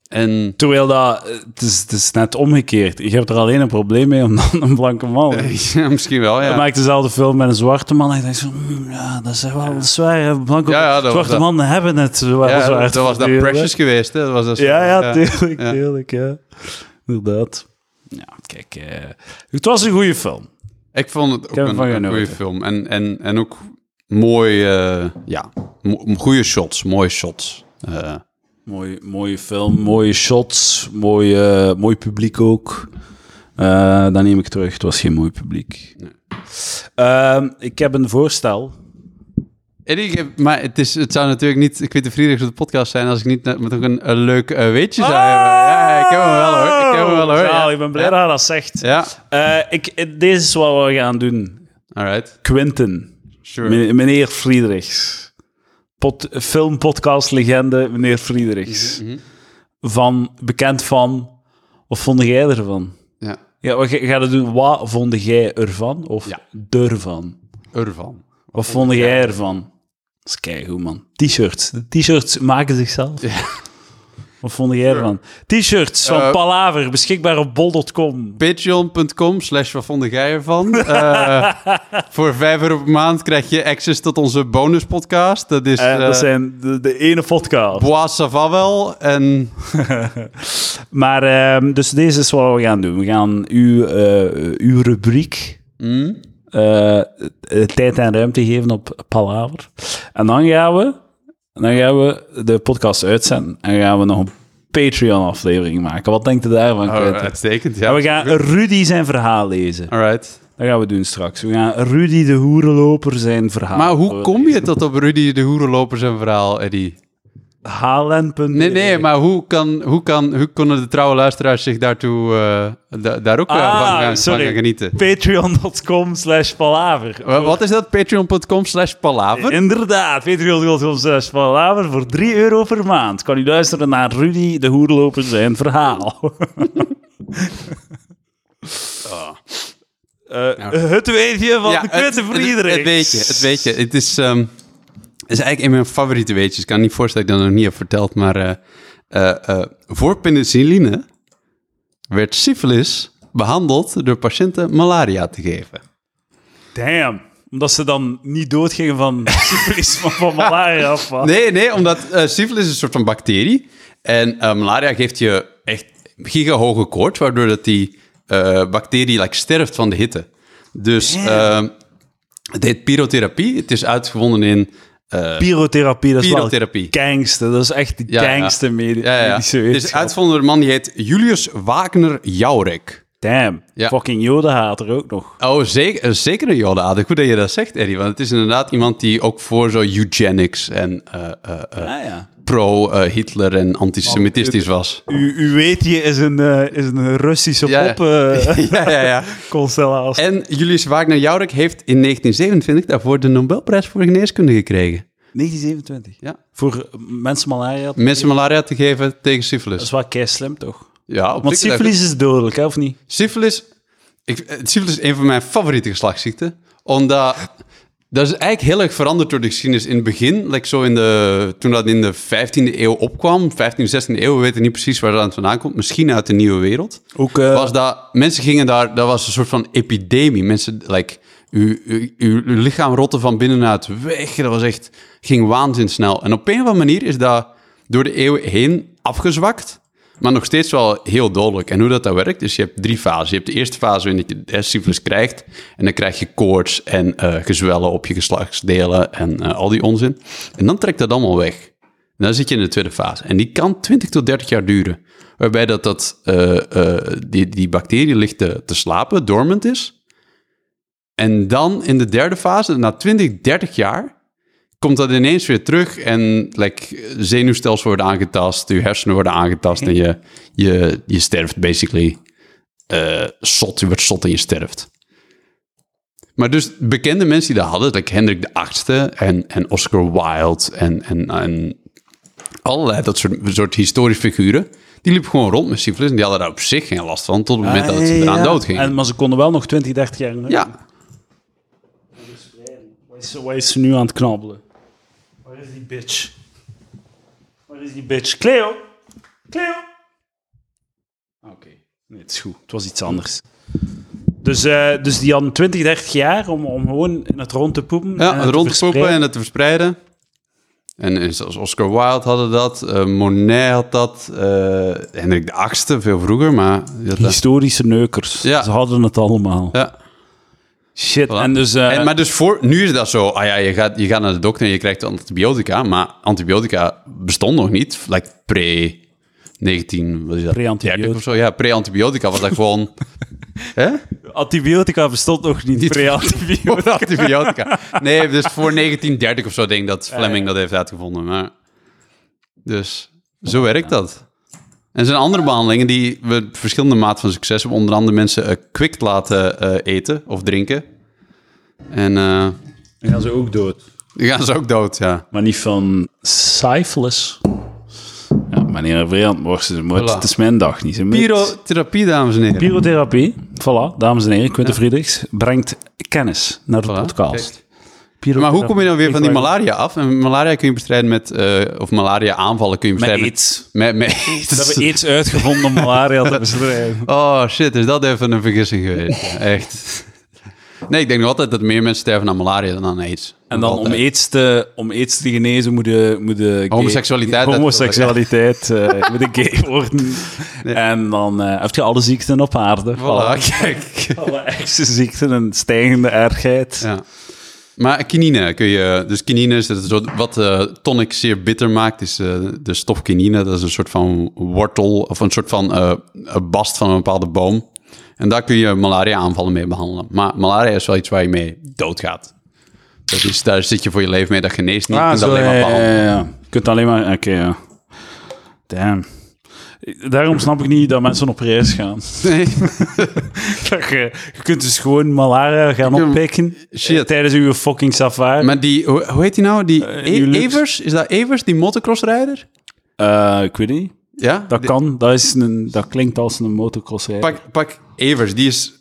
En Terwijl het is net omgekeerd. Je hebt er alleen een probleem mee om dan een blanke man. ja, misschien wel, Hij ja. maakt dezelfde film met een zwarte man. En ik denk zo, ja, dat is wel zwaar. Hè. Zwarte mannen hebben het wel Ja, zwaar. dat was dat Precious geweest, hè? Dat was dat zo, Ja, tuurlijk, ja. Inderdaad. Ja, kijk, het was een goede film. Ik vond het ook heb ervan een genoten. goede film. En ook mooi, goede shots, mooie shots. Mooie film, mooie shots, mooi publiek ook. Dan neem ik terug, het was geen mooi publiek. Nee. Ik heb een voorstel. Maar het zou natuurlijk niet... Ik weet de Friedrichs op de podcast zijn als ik niet met ook een leuk weetje zou hebben. Ja, ik heb hem wel hoor. Ja, ik ben blij dat je dat zegt. Ja. Deze is wat we gaan doen. Alright. Quentin. Sure. Meneer Friedrichs. Filmpodcast-legende, meneer Friedrichs. Bekend van... Wat vond jij ervan? Ja. Ja, wat ga je doen? Wat vond jij ervan? Of ervan? Ervan. Wat vond jij ervan? Dat is keigoed, man. T-shirts. De t-shirts maken zichzelf. Ja. Wat vond jij ervan? T-shirts van Palaver, beschikbaar op bol.com. Patreon.com/wat vond jij ervan? Voor €5 per maand krijg je access tot onze bonuspodcast. Dat is... dat zijn de ene podcast. Bois Savavel en... Maar, dus deze is wat we gaan doen. We gaan uw rubriek... tijd en ruimte geven op Palaver. En dan gaan we de podcast uitzenden en gaan we nog een Patreon-aflevering maken. Wat denkt u daarvan, Quentin? Uitstekend, ja. En we gaan Rudy zijn verhaal lezen. Alright. Dat gaan we doen straks. We gaan Rudy de Hoerenloper zijn verhaal Maar hoe kom je tot op Rudy de Hoerenloper zijn verhaal, Eddie? Halen.nl. Nee, maar hoe konden de trouwe luisteraars zich daartoe daar ook van gaan genieten? Patreon.com/palaver. Wat is dat? Patreon.com/palaver? Inderdaad, Patreon.com/palaver voor €3 per maand. Kan u luisteren naar Rudy de Hoerenloper zijn verhaal. Het weetje van de Quentin Friedrichs. Het weetje. Het is eigenlijk een van mijn favoriete weetjes. Ik kan me niet voorstellen dat ik dat nog niet heb verteld, maar voor penicilline werd syfilis behandeld door patiënten malaria te geven. Damn. Omdat ze dan niet doodgingen van syfilis, maar van malaria of wat? Nee, omdat syfilis is een soort van bacterie. En malaria geeft je echt gigahoge koorts, waardoor dat die bacterie sterft van de hitte. Dus het heet pyrotherapie. Het is uitgevonden in... Pyrotherapie, dat is Pyrotherapie. wel gangster. Dat is echt de gangster medische wetenschap. Het is uitgevonden door een man die heet Julius Wagner Jaurek. Damn. Ja. Fucking Jodenhater ook nog. Oh, zeker een Jodenhater. Goed dat je dat zegt, Eddie. Want het is inderdaad iemand die ook voor zo eugenics en pro-Hitler en antisemitistisch was. U weet, je is een Russische pop constellatie. En Julius Wagner Jaurek heeft in 1927 daarvoor de Nobelprijs voor geneeskunde gekregen. 1927? Ja. Voor mensen malaria? Mensen malaria te geven tegen syfilis. Dat is wel kei slim, toch? Ja, want syfilis is dodelijk, hè, of niet? Syfilis is een van mijn favoriete geslachtsziekten. Omdat... Dat is eigenlijk heel erg veranderd door de geschiedenis. In het begin, toen dat in de 15e eeuw opkwam, 15e, 16e eeuw, we weten niet precies waar dat aan vandaan komt, misschien uit de Nieuwe Wereld, was dat, mensen gingen daar, dat was een soort van epidemie. Mensen, uw lichaam rotte van binnenuit weg, dat was echt, ging waanzinsnel. En op een of andere manier is dat door de eeuwen heen afgezwakt, maar nog steeds wel heel dodelijk. En hoe dat werkt, is je hebt 3 fasen. Je hebt de eerste fase waarin je syfilis krijgt. En dan krijg je koorts en gezwellen op je geslachtsdelen en al die onzin. En dan trekt dat allemaal weg. En dan zit je in de tweede fase. En die kan 20 tot 30 jaar duren. Waarbij die bacterie ligt te slapen, dormant is. En dan in de derde fase, na 20, 30 jaar... komt dat ineens weer terug en zenuwstelsel wordt aangetast, je hersenen worden aangetast en je sterft basically. Je wordt zot en je sterft. Maar dus bekende mensen die dat hadden, Hendrik VIII en Oscar Wilde en allerlei dat soort historische figuren, die liepen gewoon rond met syfilis en die hadden daar op zich geen last van tot het moment dat ze eraan dood gingen. Maar ze konden wel nog 20, 30 jaar... Ja. Wat is ze nu aan het knabbelen? Waar is die bitch? Cleo? Oké. Nee, het is goed. Het was iets anders. Dus die hadden 20, 30 jaar om gewoon in het rond te poepen. Ja, het rond te poepen en het te verspreiden. En zoals Oscar Wilde hadden dat, Monet had dat, Hendrik VIII, veel vroeger, maar... Historische neukers. Ja. Ze hadden het allemaal. Ja. Shit, Voilà. en dus... maar dus nu is dat zo, je gaat naar de dokter en je krijgt antibiotica, maar antibiotica bestond nog niet, like pre-19, wat is dat? Pre-antibiotica. Of zo. Ja, pre-antibiotica was dat gewoon... Hè? Antibiotica bestond nog niet. Pre-antibiotica. Antibiotica. Nee, dus voor 1930 of zo denk ik dat Fleming dat heeft uitgevonden. Maar... Dus zo werkt dat. En er zijn andere behandelingen die we verschillende maten van succes hebben. Onder andere mensen Quick laten eten of drinken. En... Dan gaan ze ook dood. Die gaan ze ook dood, ja. Maar niet van syphilis. Ja, meneer Vreand, het is mijn dag niet. Pyrotherapie, dames en heren. Pyrotherapie, voilà, dames en heren. Quinten Friedrichs brengt kennis naar de podcast. Maar hoe kom je dan weer van die malaria af? En malaria kun je bestrijden met... of malaria-aanvallen kun je bestrijden met aids. Ze hebben aids uitgevonden om malaria te bestrijden. Oh shit, is dat even een vergissing geweest? Ja, echt. Nee, ik denk nog altijd dat meer mensen sterven aan malaria dan aan aids. En dan om aids te genezen moet de homoseksualiteit moet gay worden. Nee. En dan heb je alle ziekten op aarde. Voilà, kijk. Alle ergste ziekten en stijgende ergheid. Ja. Maar kinine kun je... Dus kinine is wat tonic zeer bitter maakt, is de stof kinine. Dat is een soort van wortel of een soort van bast van een bepaalde boom. En daar kun je malaria-aanvallen mee behandelen. Maar malaria is wel iets waar je mee doodgaat. Daar zit je voor je leven mee, dat geneest niet. Je kunt alleen maar behandelen. Ja. Je kunt alleen maar... Oké, ja. Damn. Daarom snap ik niet dat mensen op reis gaan. Nee. Je kunt dus gewoon malaria gaan oppikken tijdens uw fucking safari. Maar die... Hoe heet die nou? Die Evers? Is dat Evers, die motocrossrijder? Ik weet niet. Ja? Dat kan. Dat klinkt als een motocrossrijder. Pak Evers. Die is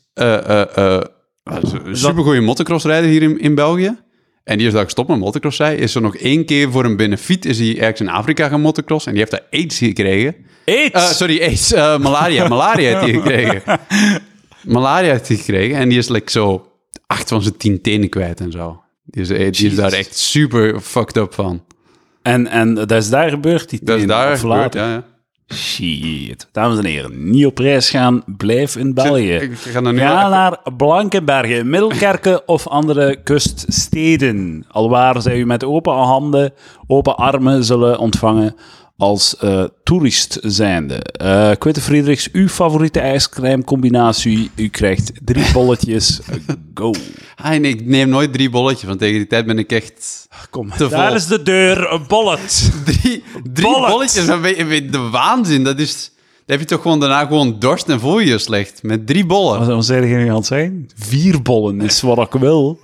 een supergoeie motocrossrijder hier in België. En die is daar gestopt met motocrossrijden. Is er nog 1 keer voor een benefiet is hij ergens in Afrika gaan motocrossen. En die heeft daar AIDS gekregen. AIDS? AIDS. Malaria. Malaria heeft hij gekregen. Malaria heeft hij gekregen. En die is zo 8 van zijn 10 tenen kwijt en zo. Die is daar echt super fucked up van. En dat is daar gebeurd? Die dat is daar gebeurd, ja. Shit. Dames en heren, niet op reis gaan, blijf in België. Ga naar Blankenbergen, Middelkerken of andere kuststeden. Alwaar zij u met open handen, open armen zullen ontvangen als toerist zijnde. Quinten Friedrichs, uw favoriete ijscrème-combinatie. U krijgt 3 bolletjes. Go. Nee, ik neem nooit 3 bolletjes, want tegen die tijd ben ik echt Kom, daar is de deur, een bollet. 3 bolletjes, de waanzin. Dat heb je toch gewoon daarna gewoon dorst en voel je slecht. Met 3 bollen. Wat zei je aan het zijn? 4 bollen is wat ik wil.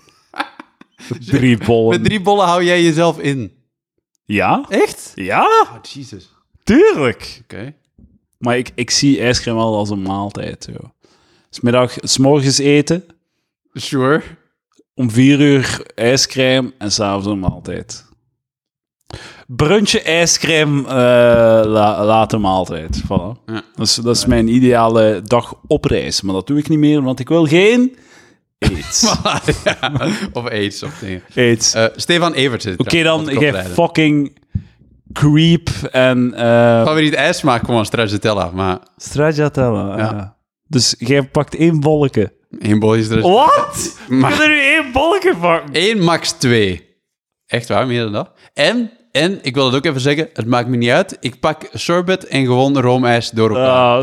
3 bollen. Met 3 bollen hou jij jezelf in. Ja? Echt? Ja? Oh, Jesus. Tuurlijk. Oké. Maar ik zie ijscrème al als een maaltijd. Joh. 's morgens eten. Sure. Om 4 uur ijscrème en s'avonds een maaltijd. Brunchje, ijscrème, late maaltijd. Voilà. Ja. Dat is mijn ideale dag op reis. Maar dat doe ik niet meer, want ik wil geen... AIDS. Ja, of AIDS of dingen. AIDS. Stefan Evert zit Oké, dan jij fucking creep en... Favoriet ijsmaak gewoon stracciatella, maar... Stracciatella, ja. Dus jij pakt 1 bolletje. 1 bolletje Wat? Mag je er nu 1 bolletje pakken? 1, max 2. Echt waar, meer dan dat. En, ik wil het ook even zeggen, het maakt me niet uit. Ik pak sorbet en gewoon roomijs door elkaar.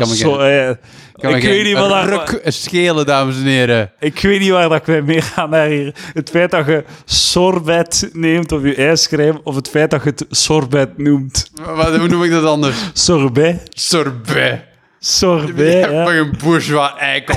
Ik weet niet wat schelen, dames en heren. Ik weet niet waar dat ik mee ga naar hier. Het feit dat je sorbet neemt of je ijscrème, of het feit dat je het sorbet noemt. Hoe noem ik dat anders? Sorbet. Sorbet. Sorbet, ja. Pak een bourgeois eikel.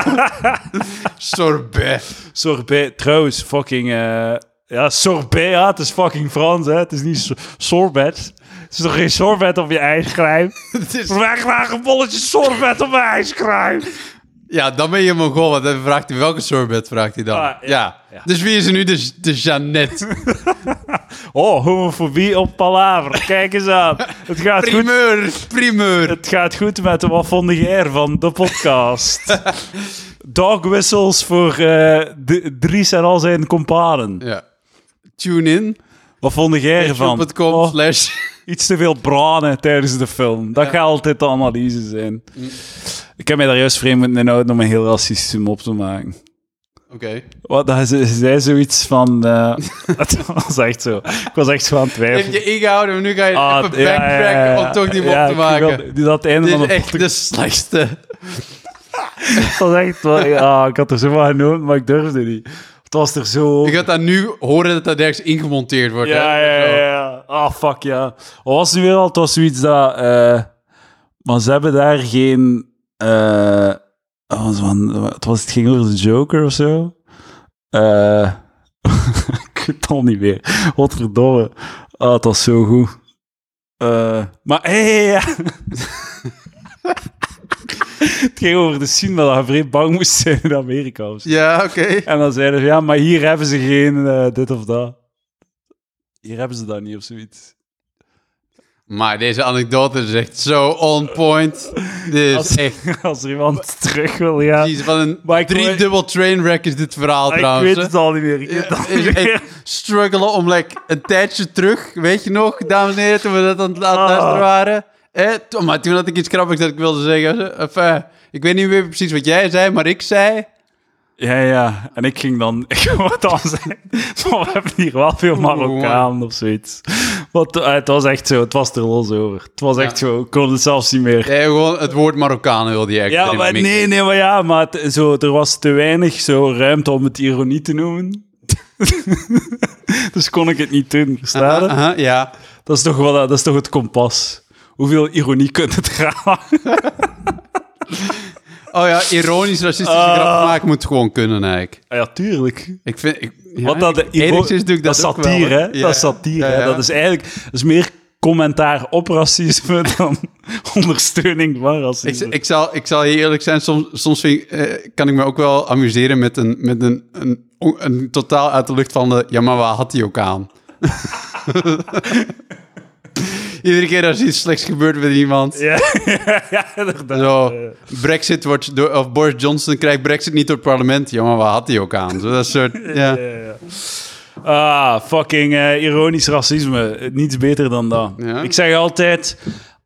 Sorbet. Sorbet, trouwens, fucking... Ja, sorbet, ja, het is fucking Frans, hè. Het is niet sorbet. Het is toch geen sorbet op je ijscrème? Wij graag een bolletje sorbet op mijn ijscrème. Ja, dan ben je Mongool, want dan vraagt hij welke sorbet vraagt hij dan. Ja. Dus wie is er nu? De Jeannette. Oh, homofobie op Palaver. Kijk eens aan. Het gaat Primeur. Het gaat goed met de Wat vond jij ervan, de podcast. Dog whistles voor Dries en al zijn companen. Ja. Tune in. Wat vond jij ervan? .com/... Iets te veel branen tijdens de film. Dat gaat altijd de analyse zijn. Ik heb mij daar juist vreemd moeten inhouden om een heel racistische mop te maken. Oké. Wat, hij zei zoiets van... het was echt zo. Ik was echt zo aan het twijfelen. Heb je ingehouden, maar nu ga je even backtracken om toch die mop te maken. Dat einde Dit van is de echt de slechtste. Het was echt... ik had er zo van genomen, maar ik durfde niet. Het was er zo... Ik had dat nu horen dat ergens ingemonteerd wordt. Ja. Ah, fuck ja. Wat was nu weer al? Het was zoiets dat... maar ze hebben daar geen... het ging over de Joker of zo. Ik weet het al niet meer. Godverdomme. Het was zo goed. Maar ja. Het ging over de scene dat je vreemd bang moest zijn in Amerika. Of zo. Ja, oké. En dan zeiden ze, ja, maar hier hebben ze geen dit of dat. Hier hebben ze dat niet of zoiets. Maar deze anekdote is echt zo on point. Dit is echt... Als er iemand terug wil, ja. Jeez, wat een driedubbel trainwreck is dit verhaal trouwens. Ik weet het al niet meer. Struggelen om een tijdje terug, weet je nog, dames en heren, toen we dat aan het luisteren waren. Maar toen had ik iets grappigs dat ik wilde zeggen. Enfin, ik weet niet meer precies wat jij zei, maar ik zei... Ja. En ik ging dan... Ik wou dan zeggen... Maar we hebben hier wel veel Marokkaan of zoiets. Het was echt zo. Het was er los over. Het was echt zo. Ik kon het zelfs niet meer. Ja, gewoon het woord Marokkaan wilde je echt... Ja, maar er was te weinig zo ruimte om het ironie te noemen. Dus kon ik het niet doen. Verstaan je? Ja. Dat is toch het kompas. Hoeveel ironie kunt het graag? Oh ja, ironisch racistische grappen maken moet gewoon kunnen, eigenlijk. Ja, tuurlijk. Ik vind... Enigszins doe ik dat satire, hè? Ja, dat is satire. Ja. Dat is eigenlijk meer commentaar op racisme dan ondersteuning van racisme. Ik zal je eerlijk zijn, soms kan ik me ook wel amuseren met een totaal uit de lucht van de... Ja, maar waar had hij ook aan? Iedere keer als iets slechts gebeurt met iemand. Ja, inderdaad. Zo, Brexit of Boris Johnson krijgt Brexit niet door het parlement. Ja, maar waar had hij ook aan? Zo, dat soort... Ja. Fucking ironisch racisme. Niets beter dan dat. Ja? Ik zeg altijd,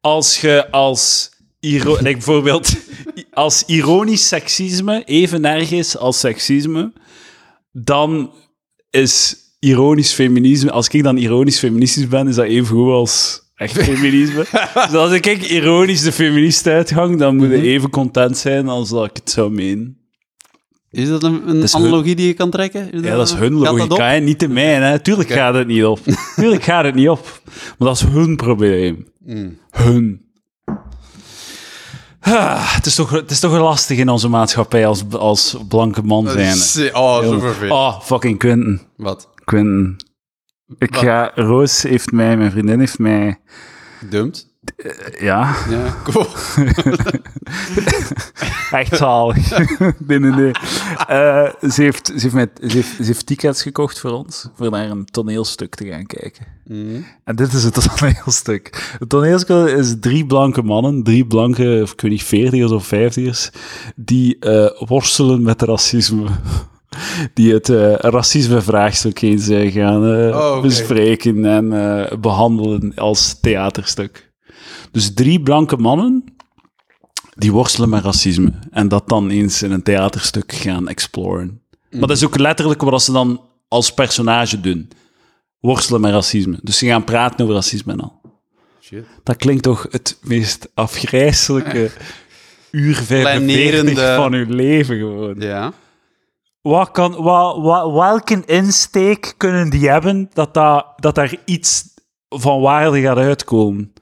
bijvoorbeeld, als ironisch seksisme even erg is als seksisme, dan is ironisch feminisme... Als ik dan ironisch feministisch ben, is dat even goed als... Echt feminisme. Dus als ik ironisch de feminist uithang, dan moet je even content zijn als dat ik het zou menen. Is dat een analogie die je kan trekken? Dat is hun logica, hè? Niet de mijne. Hè? Tuurlijk gaat het niet op. Maar dat is hun probleem. Hun. Het is toch lastig in onze maatschappij als blanke man zijn. Zo vervelend. Fucking Quentin. Wat? Quentin. Roos mijn vriendin heeft mij... Gedumpt? Ja. Ja, cool. Echt zalig. Nee. Ze heeft tickets gekocht voor ons, voor naar een toneelstuk te gaan kijken. En dit is het toneelstuk. Het toneelstuk is 3 blanke mannen, 3 blanke, of ik weet niet, 40ers of 50ers, die worstelen met racisme. Die het racisme-vraagstuk eens gaan bespreken en behandelen als theaterstuk. Dus 3 blanke mannen die worstelen met racisme. En dat dan eens in een theaterstuk gaan exploren. Maar dat is ook letterlijk wat ze dan als personage doen. Worstelen met racisme. Dus ze gaan praten over racisme en al. Shit. Dat klinkt toch het meest afgrijselijke uur 45 van uw leven gewoon. Ja. Welke insteek kunnen die hebben dat daar iets van waarde gaat uitkomen?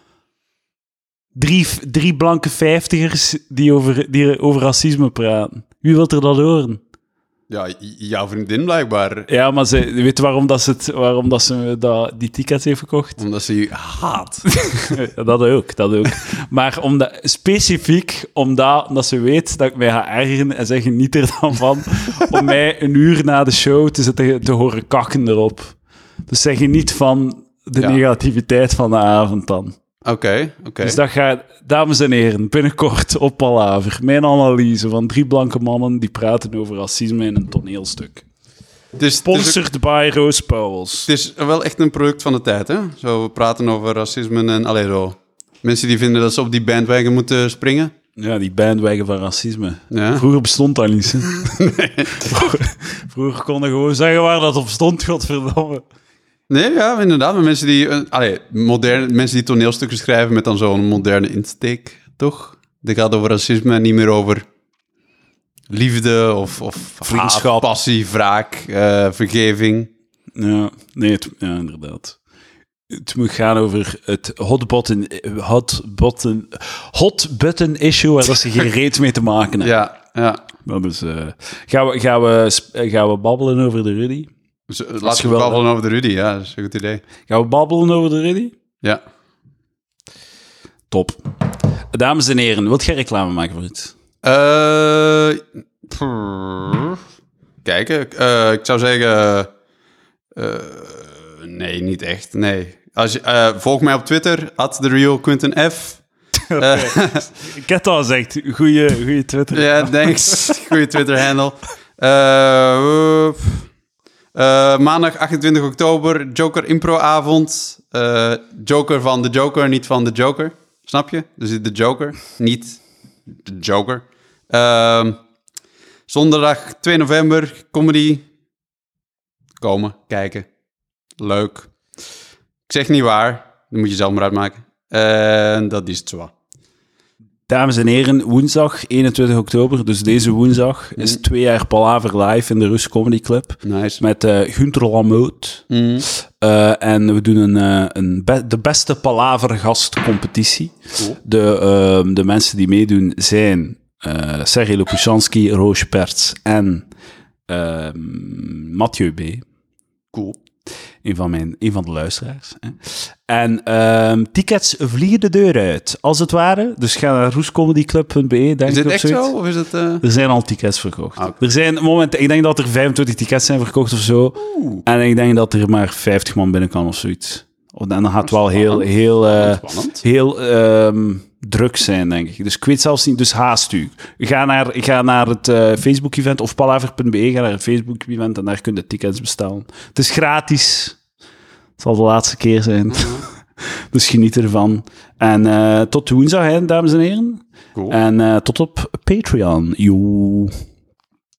3 blanke 50ers die over racisme praten. Wie wil er dat horen? Ja, jouw vriendin blijkbaar. Ja, maar weet waarom dat ze die tickets heeft gekocht? Omdat ze je haat. Dat ook. Maar specifiek omdat ze weet dat ik mij ga ergeren en ze geniet er dan van om mij een uur na de show te horen kakken erop. Dus zeg je niet van de negativiteit van de avond dan. Oké. Dus dat gaat, dames en heren, binnenkort op Palaver. Mijn analyse van 3 blanke mannen die praten over racisme in een toneelstuk. Sponsored by Roos Pauwels. Het is wel echt een product van de tijd, hè? Zo, we praten over racisme en zo. Mensen die vinden dat ze op die bandwagon moeten springen. Ja, die bandwagon van racisme. Ja. Vroeger bestond dat niet, hè? Nee. Vroeger konden gewoon zeggen waar dat op stond, godverdomme. Nee, ja, inderdaad. Maar mensen die toneelstukken schrijven met dan zo'n moderne insteek, toch? Dat gaat over racisme en niet meer over liefde of vriendschap, passie, wraak, vergeving. Ja, nee, inderdaad. Het moet gaan over het hot button issue waar dat ze geen reet mee te maken hebben. Ja. Dat is, gaan we babbelen over de Rudy? Laten we babbelen over de Rudy, ja, dat is een goed idee. Gaan we babbelen over de Rudy? Ja. Top. Dames en heren, wilt jij reclame maken voor iets? Kijken, ik zou zeggen... nee, niet echt, nee. Als je, volg mij op Twitter, @TheRealQuintonF. Ik heb het al gezegd, goeie Twitter. Ja, thanks. Goeie Twitter-handle. Maandag 28 oktober, Joker Impro-avond. Joker van de Joker, niet van de Joker. Snap je? Dus de Joker, niet de Joker. Zondag 2 november, comedy. Komen, kijken. Leuk. Ik zeg niet waar. Dat moet je zelf maar uitmaken. En dat is het zo. Dames en heren, woensdag 21 oktober, dus deze woensdag, is 2 jaar Palaver live in de Rus Comedy Club. Nice. Met Gunther Lamoot. En we doen de beste Palaver gastcompetitie. Cool. De mensen die meedoen zijn Sergej Lopushansky, Roos Perts en Mathieu B. Cool. Een van de luisteraars. Hè. En tickets vliegen de deur uit, als het ware. Dus ga naar roescomedyclub.be. Is dit echt zo? Of is het, Er zijn al tickets verkocht. Okay. Er zijn ik denk dat er 25 tickets zijn verkocht of zo. En ik denk dat er maar 50 man binnen kan of zoiets. En dan gaat het wel heel druk zijn, denk ik. Dus ik weet zelfs niet, dus haast u. Ga naar het Facebook-event of palaver.be, ga naar het Facebook-event en daar kun je tickets bestellen. Het is gratis. Het zal de laatste keer zijn. Dus geniet ervan. En tot woensdag, hè, dames en heren. Cool. En tot op Patreon. Joe.